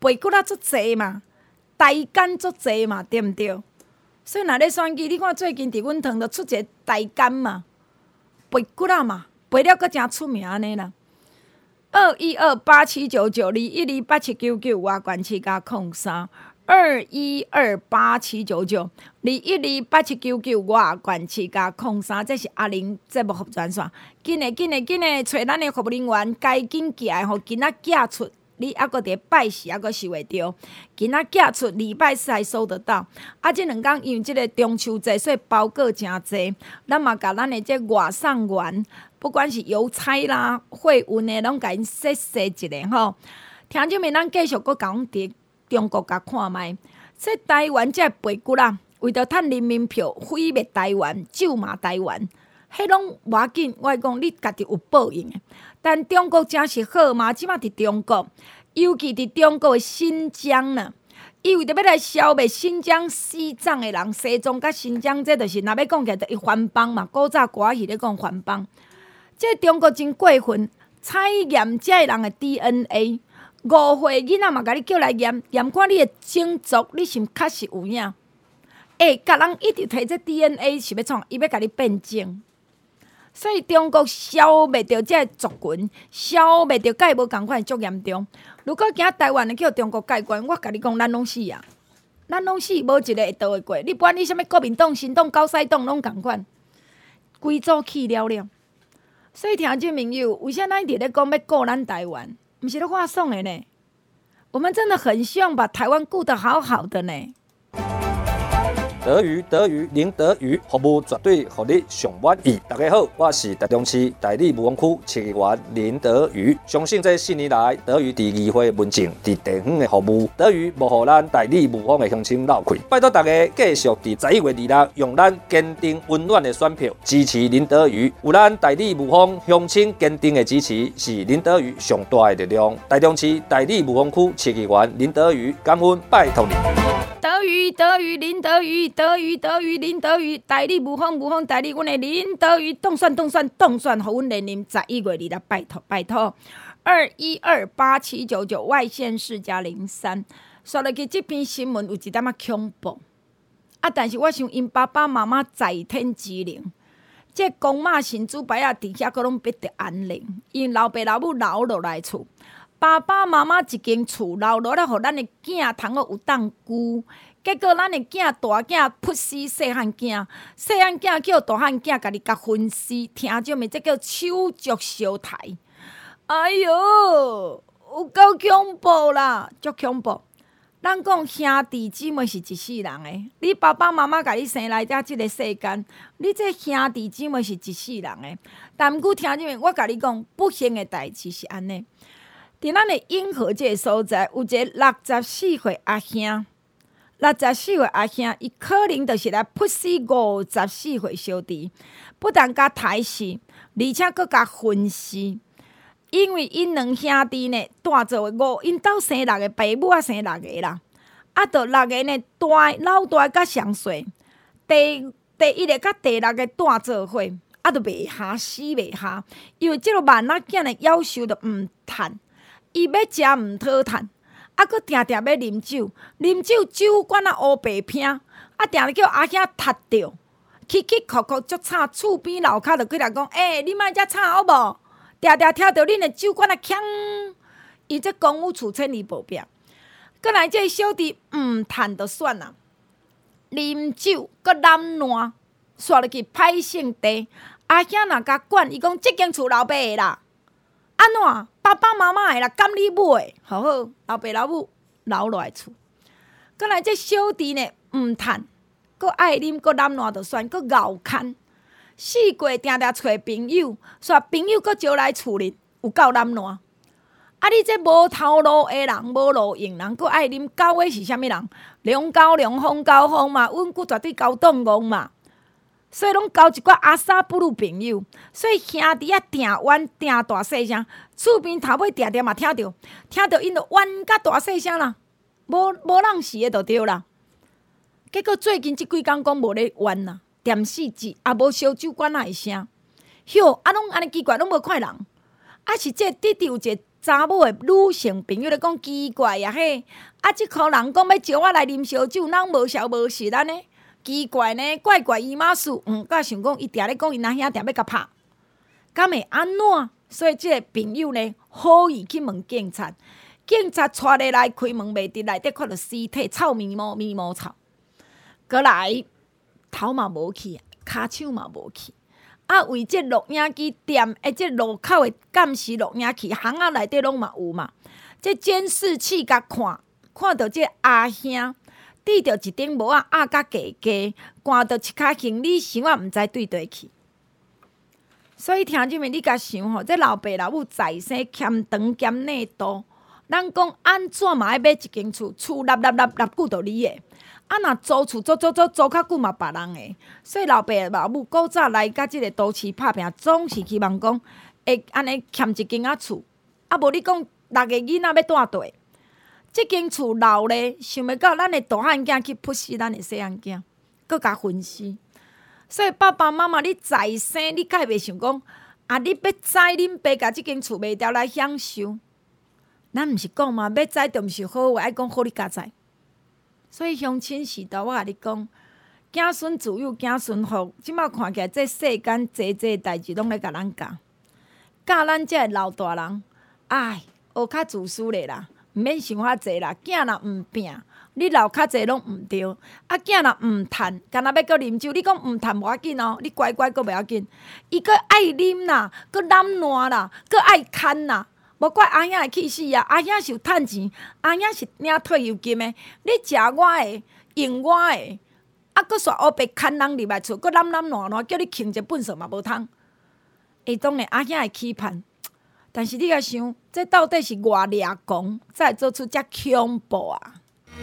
背骨仔足济嘛，台干足济嘛，对毋对？所以若咧选举，你看最近伫阮堂就出一个台干嘛，背骨仔嘛，背了佫诚出名安尼啦。二一二八七九九二一二八七九九外关七加空三。二一二八七九九二一二八七九九外关七加空三，这是阿玲节目服专线。紧诶紧诶紧诶，找咱诶服务人员，该紧寄来，互囡仔寄出。你还阁伫拜时，还阁收会着。囡仔寄出礼拜四还收得到。啊，即两天因为即个中秋节，所以包裹诚济。咱嘛甲咱诶即外送员，不管是邮差啦、货运诶，拢甲因说说一下吼。听众们，咱继续阁讲伫中国甲看卖，说台湾这背骨啦，为着趁人民票毁灭台湾、咒骂台湾，迄拢无要紧。我讲你家己有报应诶。但中国真是好嘛？即马伫中国，尤其伫中国诶新疆呢，伊为着要来消灭新疆、西藏诶人，西藏甲新疆这就是若要讲起来，就伊番邦嘛。古早歌戏咧讲番邦，这中国真过分，采验这个人诶 D N A。五岁囡仔嘛，甲你叫来验验看你的种族，你是毋确实有影？哎，甲人一直摕这 D N A 是要创，伊要甲你变种。所以中国消灭掉这族群，消灭掉甲伊无共款，足严重。如果今台湾的叫中国解决，我甲你讲，咱拢死啊！咱拢死，无一个会逃会过。你不管你啥物国民党、新党、高赛党拢共款，规组去了了。所以听众朋友，为啥咱一直咧讲要顾咱台湾？不是咧话送的呢，我们真的很希望把台湾顾得好好的呢。 德语德语林德语服务绝对互你上满意。大家好，我是台中市大理武峰区市议员林德语。相信这四年来，德语伫议会文政、伫地方的服务，德语无互咱大理武峰的乡亲漏气。拜托大家继续伫十一月二日，用咱坚定温暖的选票支持林德语。有咱大理武峰乡亲坚定的支持，是林德语上大的力量。台中市大理武峰区市议员林德语，感恩拜托你。 德语德语林德语德语德语林德语，大理武峰武峰大理，阮的林德语动算动算动算，互阮连任十一月二日，拜托拜托。二一二八七九九外县市加零三，刷落去这篇新闻有一点仔恐怖啊！但是我想因爸爸妈妈在天之灵，这公妈神主牌啊，伫遐佫拢必得安宁，因老爸老母留落来厝。爸爸妈妈一间厝留落来，互咱的囝通好有当居。结果咱的囝大囝扑死细汉囝，细汉囝叫大汉囝，家己甲分尸，听种咪这叫手足相抬。哎哟，有够恐怖啦，足恐怖！咱讲兄弟姊妹是一世人的，你爸爸妈妈甲你生来遮即个世间，你这兄弟姊妹是一世人的。但毋过听种咪，我甲你讲，不幸的代志是安尼。伫咱的永和这个所在，有一个六十四岁阿兄，六十四岁阿兄，伊可能就是来扑死五十四岁小弟，不但甲刣死，而且佫甲分尸。因为因两兄弟呢，大做五，因兜生六个，爸母也生六个啦。啊，着六个呢，大老大甲上细，第第一个甲第六个大做伙，啊，着袂下死袂下，因为即个慢仔囝的夭寿着毋趁。伊要食毋讨趁，啊，佫定定要啉酒，啉酒酒馆啊乌白拼，啊，定定叫阿兄踢着，起起哭哭足吵，厝边楼骹就过来讲，诶、欸，你莫遮吵好无？定定听到恁的酒馆啊响，伊这公务处千里无变。过来这小弟毋趁就算啦，啉酒佫揽烂，煞落去歹性地，阿兄若甲管，伊讲即间厝老爸的啦。安怎爸爸妈妈的啦，敢你买？好好，老爸老母留落来厝。过来这小弟呢，毋趁，佫爱啉，佫揽烂就算，佫熬牵。四过定定找朋友，煞朋友佫招来厝里，有够揽烂。啊！你这无头路的人，无路用人，佫爱啉狗的是啥物人？龙狗龙，凤狗凤嘛，阮佫绝对狗动戆嘛。所以拢交一寡阿萨布鲁朋友，所以兄弟啊，定冤定大细声，厝边头尾定定嘛听着，听着因就冤甲大细声啦，无无人死的就对啦。结果最近即几工讲无咧冤啦，点死字也无烧酒馆仔的声，哟，啊拢安尼奇怪，拢无看人，啊是这弟弟有一个查某的女性朋友咧讲奇怪呀嘿，啊，即箍人讲要招我来啉烧酒，人无消无息安尼，奇怪呢，怪怪伊妈事，嗯，甲想讲伊定咧讲伊阿兄定要甲拍，敢会安怎？所以即个朋友呢，好意去问警察，警察带入来开门，袂伫内底看到尸体，臭咪毛咪毛臭，过来头嘛无去，骹手嘛无去。啊，为即录影机店诶，即路口诶监视录影器，巷仔内底拢嘛有嘛。即监视器甲看，看到即阿兄滴着一顶帽仔压甲低低，赶到一骹行李箱仔，毋知对倒去。所以听即面你甲想吼，即老爸老母在生欠长兼内多，咱讲安怎嘛爱买一间厝，厝立立立立久着你诶。啊，若租厝租租租租较久嘛，别人诶，所以老爸老母古早来甲即个都市拍拼，总是希望讲会安尼欠一间仔厝，啊无你讲六个囡仔要住倒，即间厝老咧，想袂到咱的大汉囝去扑死咱的细汉囝，搁甲分尸。所以爸爸妈妈你在生，你敢袂想讲啊？你要栽恁爸甲即间厝卖掉来享受？咱毋是讲嘛，要栽就毋是好话，爱讲好你家栽。所以乡亲时代，我甲你讲，子孙自有子孙福。即摆看起来，这世间济济代志拢咧甲咱教，教咱这老大人，哎，学较自私咧啦，毋免想遐济啦。囝若毋拼，你留较济拢毋对。啊，囝若毋趁，干若要搁啉酒，你讲毋趁无要紧哦，你乖乖搁袂要紧。伊搁爱啉啦，搁揽烂啦，搁爱牵啦。无怪阿兄会气死啊！阿兄是有趁钱，阿兄是领退休金的。你食我的，用我的，啊，搁煞黑白牵人入来厝，搁揽揽烂烂，叫你轻一本事嘛无通。会当然阿兄会期盼，但是你甲想，这到底是偌掠狂，才会做出遮恐怖啊！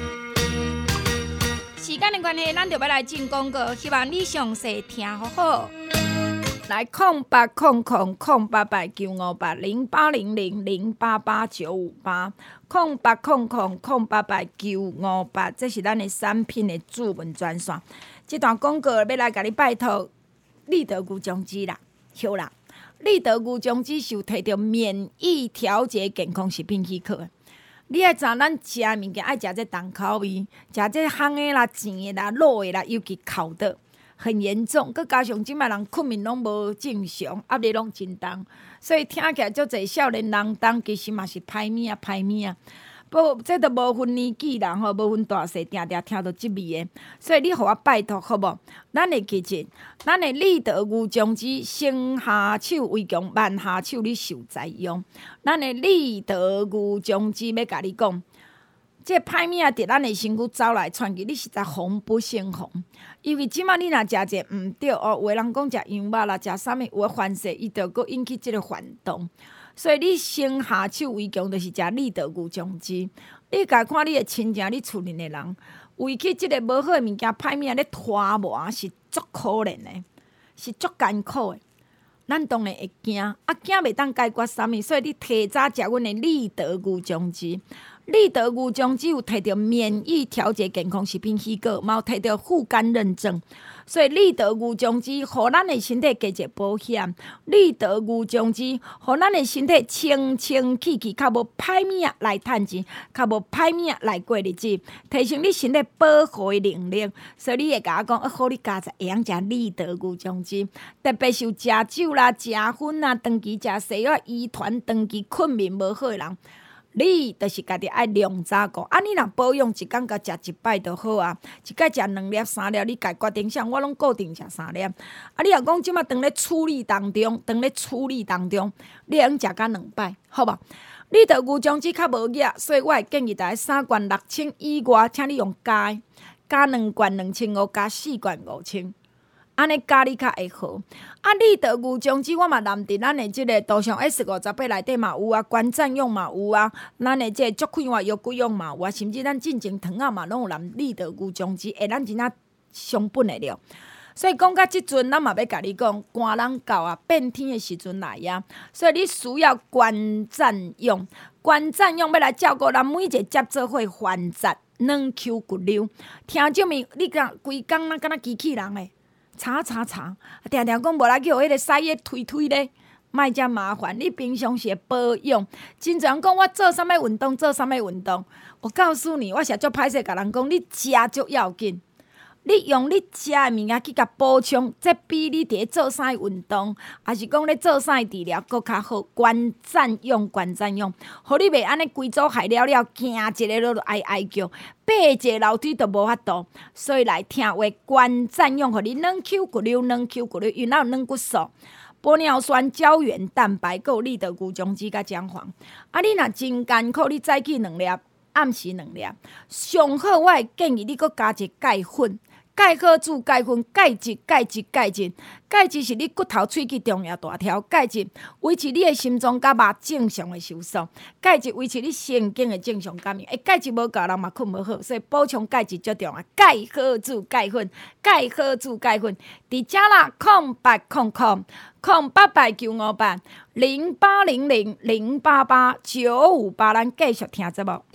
时间的关系，咱就要来进广告，希望你详细听好好。来空八空空空八八九五八零八零零零八八九五八空八空空空八八九五八，这是咱的产品的主文专线。这段广告要来甲你拜托立德牛种子啦，好啦，立德牛种子是有摕到免疫调节健康食品许可的。你爱知影，咱食物件爱食这重口味，食这烘的啦、甜的啦、卤的啦，尤其口的。很严重，佮加上即摆人困眠拢无正常，压力拢真重，所以听起来足侪少年人当其实嘛是歹物啊，歹物啊。不，这都无分年纪啦吼，无分大细，定定听到即味的。所以你互我拜托好无？咱的其实，咱的立德牛种子，先下手为强，慢下手你受栽用。咱的立德牛种子要甲你讲。这歹物啊，伫咱的身躯走来窜去，你实在防不胜防。因为即马你若食者毋对哦，有的人讲食羊肉啦，食啥物有诶反射，伊就佫引起即个反动。所以你先下手为强，就是食立德牛种子。你家看你的亲情，你厝里的人为去即个无好诶物件、歹物啊，咧拖磨是足可怜的，是足艰苦的。咱当然会惊，啊惊袂当解决啥物，所以你提早食阮的立德牛种子。立德牛种子有摕到免疫调节健康食品许可，嘛有摕到护肝认证，所以立德牛种子互咱的身体加一个保险。立德牛种子互咱的身体清清气气，较无歹物仔来趁钱，较无歹物仔来过日子，提升你身体保护的能力。所以你会甲我讲，好，你家在会晓食立德牛种子，特别是有食酒啦、食薰啦、长期食西药、遗传、长期困眠无好的人。你就是家己爱量早顾，啊！你若保养一工甲食一摆就好啊，一摆食两粒、三粒，你家决定啥？我拢固定食三粒。啊！你若讲即马当咧处理当中，当咧处理当中，你会用食甲两摆，好无？你着牛种子较无热，所以我会建议大家三罐六千以外，请你用加的，加两罐两千五，加四罐五千。安尼加你较会好。啊，立德牛种子我嘛揽伫咱的即个图像 S 五十八内底嘛有啊，观战用嘛有啊，咱的即个足快活药骨用嘛有啊，甚至咱进前糖仔嘛拢有揽立德牛种子，会咱真正上本的了。所以讲到即阵，咱嘛要甲你讲，寒人到啊，变天的时阵来啊，所以你需要观战用，观战用要来照顾咱每一个接做伙环节软 Q 骨溜。听证明你讲规工咱敢若机器人诶。查查查，定定讲无来去互迄个屎液推推咧， 莫遮麻烦，你平常时保养。真侪人讲我做啥物运动，做啥物运动。我告诉你，我是足歹势，甲人讲，你食足要紧。你用你食的物件去甲补充，这比你伫咧做啥运动，还是讲咧做啥治疗，搁较好。观赞用，观赞用，互你袂安尼规组害了了，行一个都哀哀叫，爬一个楼梯都无法度。所以来听话，观赞用，互你软 Q 骨溜，软 Q 骨溜，因那有软骨素。玻尿酸、胶原蛋白，还有利得菇种子甲姜黄。啊，你若真艰苦，你早起两粒，暗时两粒。上好，我会建议你搁加一钙粉。钙好煮钙粉，钙质、钙质、钙质，钙质是你骨头、喙齿重要大条。钙质维持你的心脏甲肉正常的收缩，钙质维持你神经的正常感应。诶，钙质无够，人嘛困无好，所以补充钙质最重要。钙好煮钙粉，钙好煮钙粉，伫遮啦，空八空空空八八九五八零八零零零八八九五八，咱继续听节目。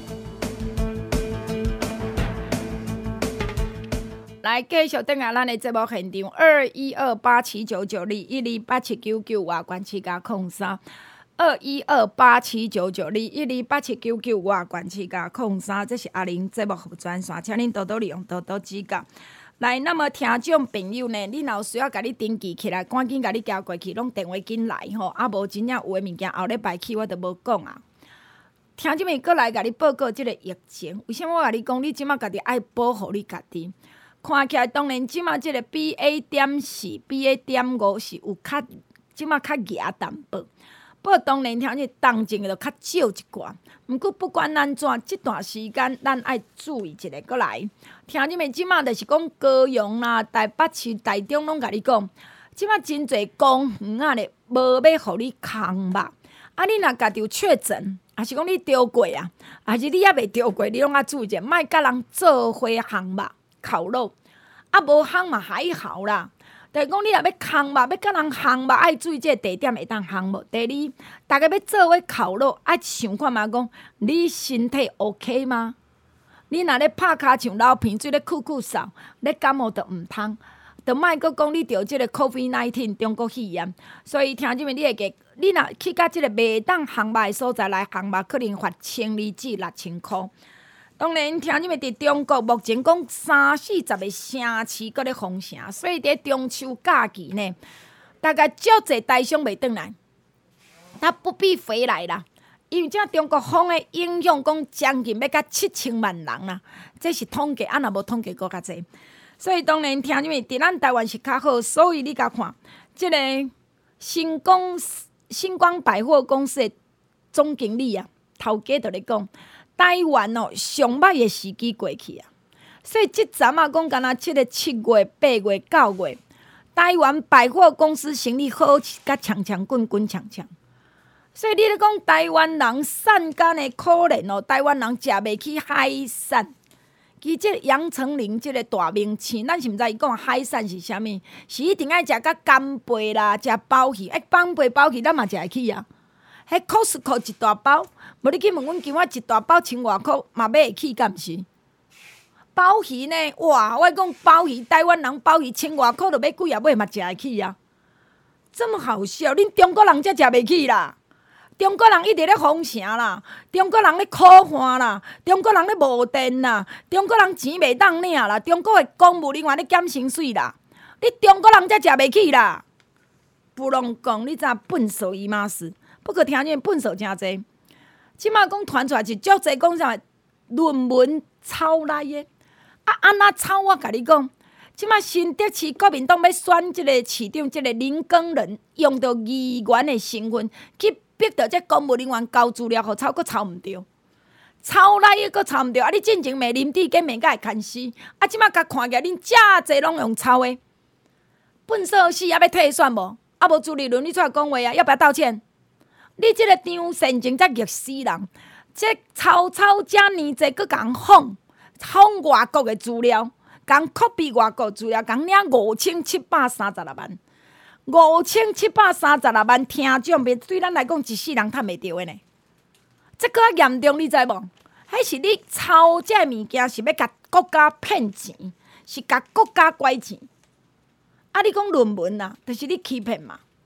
来继续等下咱的节目现场，二一二八七九九二一二八七九九外关七加空三，二一二八七九九二一二八七九九外关七加空三，这是阿玲节目服专线，请恁多多利用，多多指教。来，那么听众朋友呢，你若有需要甲你登记起来，赶紧甲你交过去，拢电话紧来吼，啊无真正有诶物件后礼拜去我都无讲啊。听众们过来甲你报告即个疫情，为什么我甲你讲，你即马家己爱保护你家己？看起来当然，即马即个 B A 点四、B A 点五是有较，即马较野淡薄。不过当然，听见动静就较少一寡。毋过不管安怎，即段时间咱爱注意一下。过来，听见没？即马就是讲高雄啦、台北市、台中拢甲你讲，即马真侪公园啊咧，无要互你空肉。啊，你若家己有确诊，还是讲你中过啊，还是你还未中过，你拢爱注意者，莫甲人做伙烘肉。烤肉啊，无烘嘛还好啦。但是讲你若要烘肉，要甲人烘肉，爱注意这个地点会当烘无。第二，大家要做伙烤肉，爱想看嘛，讲你身体 OK 吗？你若咧拍骹像流鼻水咧咳咳嗽，咧感冒就毋通，就莫阁讲你着即个 COVID 十九 中国肺炎。所以听即面你会记，你若去到即个袂当烘肉的所在来烘肉，可能罚千二至六千箍。当然，听你们伫中国目前讲三四十个城市搁咧封城，所以伫中秋假期呢，大概足侪台商袂转来，他不必回来啦。因为这中国封的影响，讲将近要到七千万人啦，这是统计，啊若无统计搁较侪。所以当然，听你们伫咱台湾是较好，所以你甲看，即、这个星光星光百货公司的总经理啊，头家就咧讲。台湾哦，上歹的时机过去啊，所以即阵啊，讲敢若即个七月、八月、九月，台湾百货公司生意好甲强强滚滚强强。所以你咧讲台湾人善干的可怜哦，台湾人食袂起海产。其即杨丞琳即个大明星，咱是毋知伊讲海产是啥物？是一定爱食甲干贝啦，食鲍鱼，哎，干贝、鲍鱼咱嘛食会起啊。迄 Costco 一大包，无你去问阮，今仔一大包千外箍，嘛买会起，敢毋是？鲍鱼呢？哇！我讲鲍鱼，台湾人鲍鱼千外箍，就买几啊尾嘛食会起啊！这么好笑，恁中国人才食袂起啦！中国人一直咧封城啦，中国人咧苦旱啦，中国人咧无电啦，中国人钱袂当领啦，中国的公务人员咧减薪水啦，你中国人才食袂起啦！不拢讲，你知影笨手伊妈死。不过听见笨手真侪，即马讲传出来是足侪讲啥论文抄来的，啊安那抄？我甲你讲，即马新北市国民党要选即个市长，即个林耕仁用着议员的身份去逼着这公务人员交资料，互抄佫抄毋着，抄来的佫抄毋着，啊你进前骂林志坚骂甲会牵死，啊即马甲看起来恁遮侪拢用抄的，笨手死还要退选无？啊无朱立伦你出来讲话啊，要不要道歉？你即个张善政才逆死人，即抄抄遮尔济，佫共仿仿外国的资料，共 copy 外国资料，共领五千七百三十六万，五千七百三十六万听众面对咱来讲一世人趁袂着的呢。这个较严重，你知无？迄是你抄这物件是要甲国家骗钱，是甲国家拐钱。啊，你讲论文啊，就是你欺骗嘛。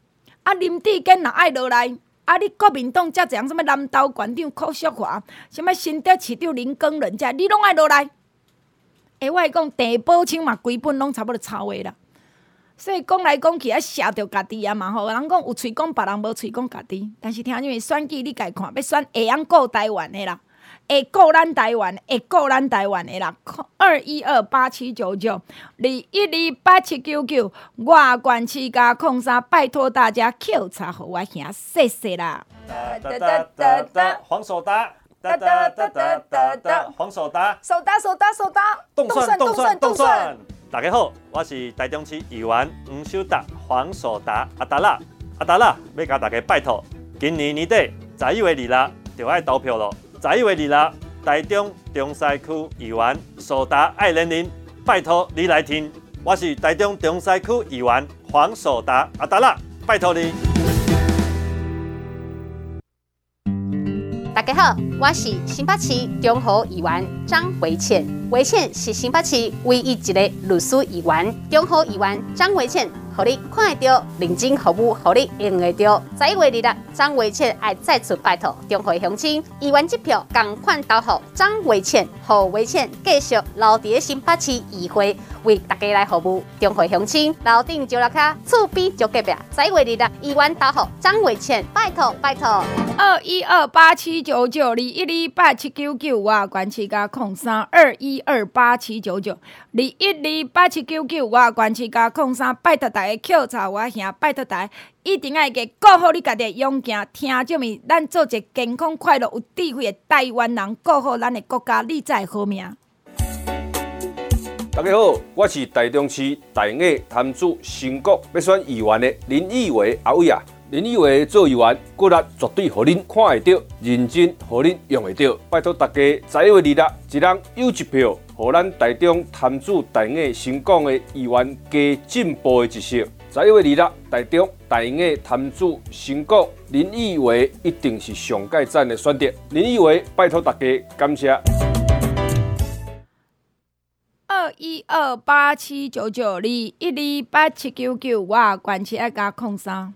啊，林志坚若爱落来，啊，你国民党遮侪人，什么南投县长柯淑华，什么新竹市长林耕仁遮，你拢爱落来。诶，我讲地保清嘛，规本拢差不多抄的啦。所以讲来讲去，啊，写着家己啊嘛吼。人讲有喙讲别人，无喙讲家己。但是听因为选举，你家看，要选会晓顾台湾的啦，会顾咱台湾，会顾咱台湾的啦。二一二八七九九，二一二八七九九，外管区加空三，拜托大家扣查互我兄，谢谢啦。 哒哒哒哒，黄手达。哒哒哒哒哒哒，黄手达。 手打手打手打， 动算动算动算。大家好，我是台中市议员黄守达，黄守达阿达拉阿达拉，要甲大家拜托，今年年底十一月二日就爱投票咯。十一月二日，台中中西区议员守达爱人林，拜托你来听，我是台中中西区议员黄守达阿达拉，拜托你。 大家好，我是新北市中和议员张维倩。维倩是新北市唯一一个律师议员。中和议员张维倩，互你看得到，认真服务，互你用得到。十一月二日，张维倩爱再次拜托中和乡亲，议员这票同款投予张维倩，互维倩继续留伫新北市议会，为大家来服务中和乡亲。楼顶就落卡，厝边就隔壁。十一月二日，议员投予张维倩，拜托拜托。 二一二八七九九，二一二八七九九，我关市加空三二一二八七九九，二一二八七九九，我关市加空三，拜托大家扣查我兄，拜托大家一定要给顾好你家己的勇行，听这么，咱做一个健康、快乐、有智慧的台湾人，顾好咱的国家，你才会好命。 大家好，我是台中市大雅潭子新国要选议员的林义伟阿伟啊。林义伟做议员，骨力绝对互恁看会到，认真互恁用会到。拜托大家十一月二日，一人有一票，互咱台中潭子大雅新港的议员加进步的一色。十一月二日，台中大雅潭子新港林义伟一定是上界赞的选择。林义伟，拜托大家，感谢。 二一二八七九九，二一二八七九九，我关市爱加空三。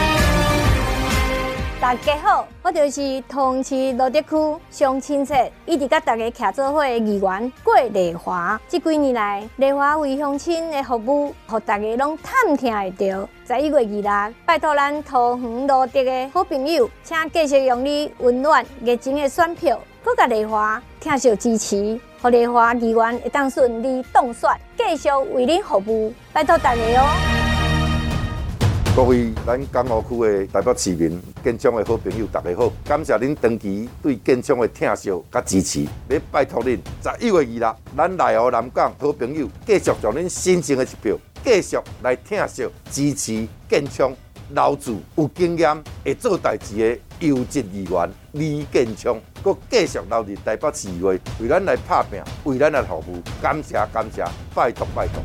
大家好，我就是同市罗德区上亲切，一直甲大家徛做伙的议员郭丽华。这几年来，丽华为乡亲的服务，互大家拢探听会到。十一月二日，拜托咱桃园罗德的好朋友，请继续用你温暖热情的选票，搁甲丽华听受支持，互丽华议员会当顺利当选，继续为您服务。拜托大家哦！ 各位咱江湖区的台北市民、建昌的好朋友，大家好！感谢恁长期对建昌的听惜甲支持，要拜托恁十一月二日，咱内湖南港好朋友继续将恁新增的一票，继续来听惜支持建昌老主有经验、会做代志的优质议员李建昌，佮继续留伫台北市议会，为咱来拍拼，为咱来服务。感谢感谢，拜托拜托。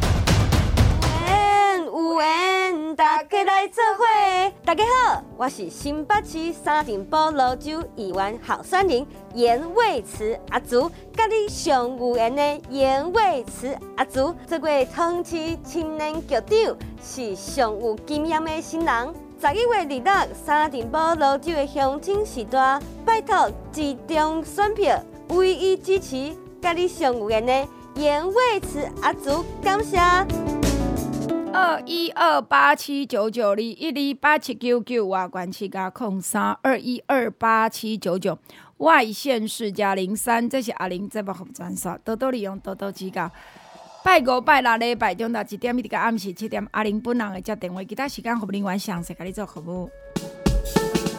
有缘，大家来做伙。大家好，我是新北市三重埔蘆洲议员候选人严惠慈阿竹，甲你上有缘的严惠慈阿竹，这位同市青年局长，是上有经验的新人。十一月二日，三重埔蘆洲的乡亲时代，拜托集中选票，唯一支持甲你上有缘的严惠慈阿竹，感谢。 二一二八七九九，二一二八七九九，我关市加空三二一二八七九九，外县市加零三，这是阿玲节目服专线，多多利用，多多指教。拜五拜六礼拜中昼一点一直到暗时七点，阿玲本人会接电话，其他时间服务人员详细甲你做服务。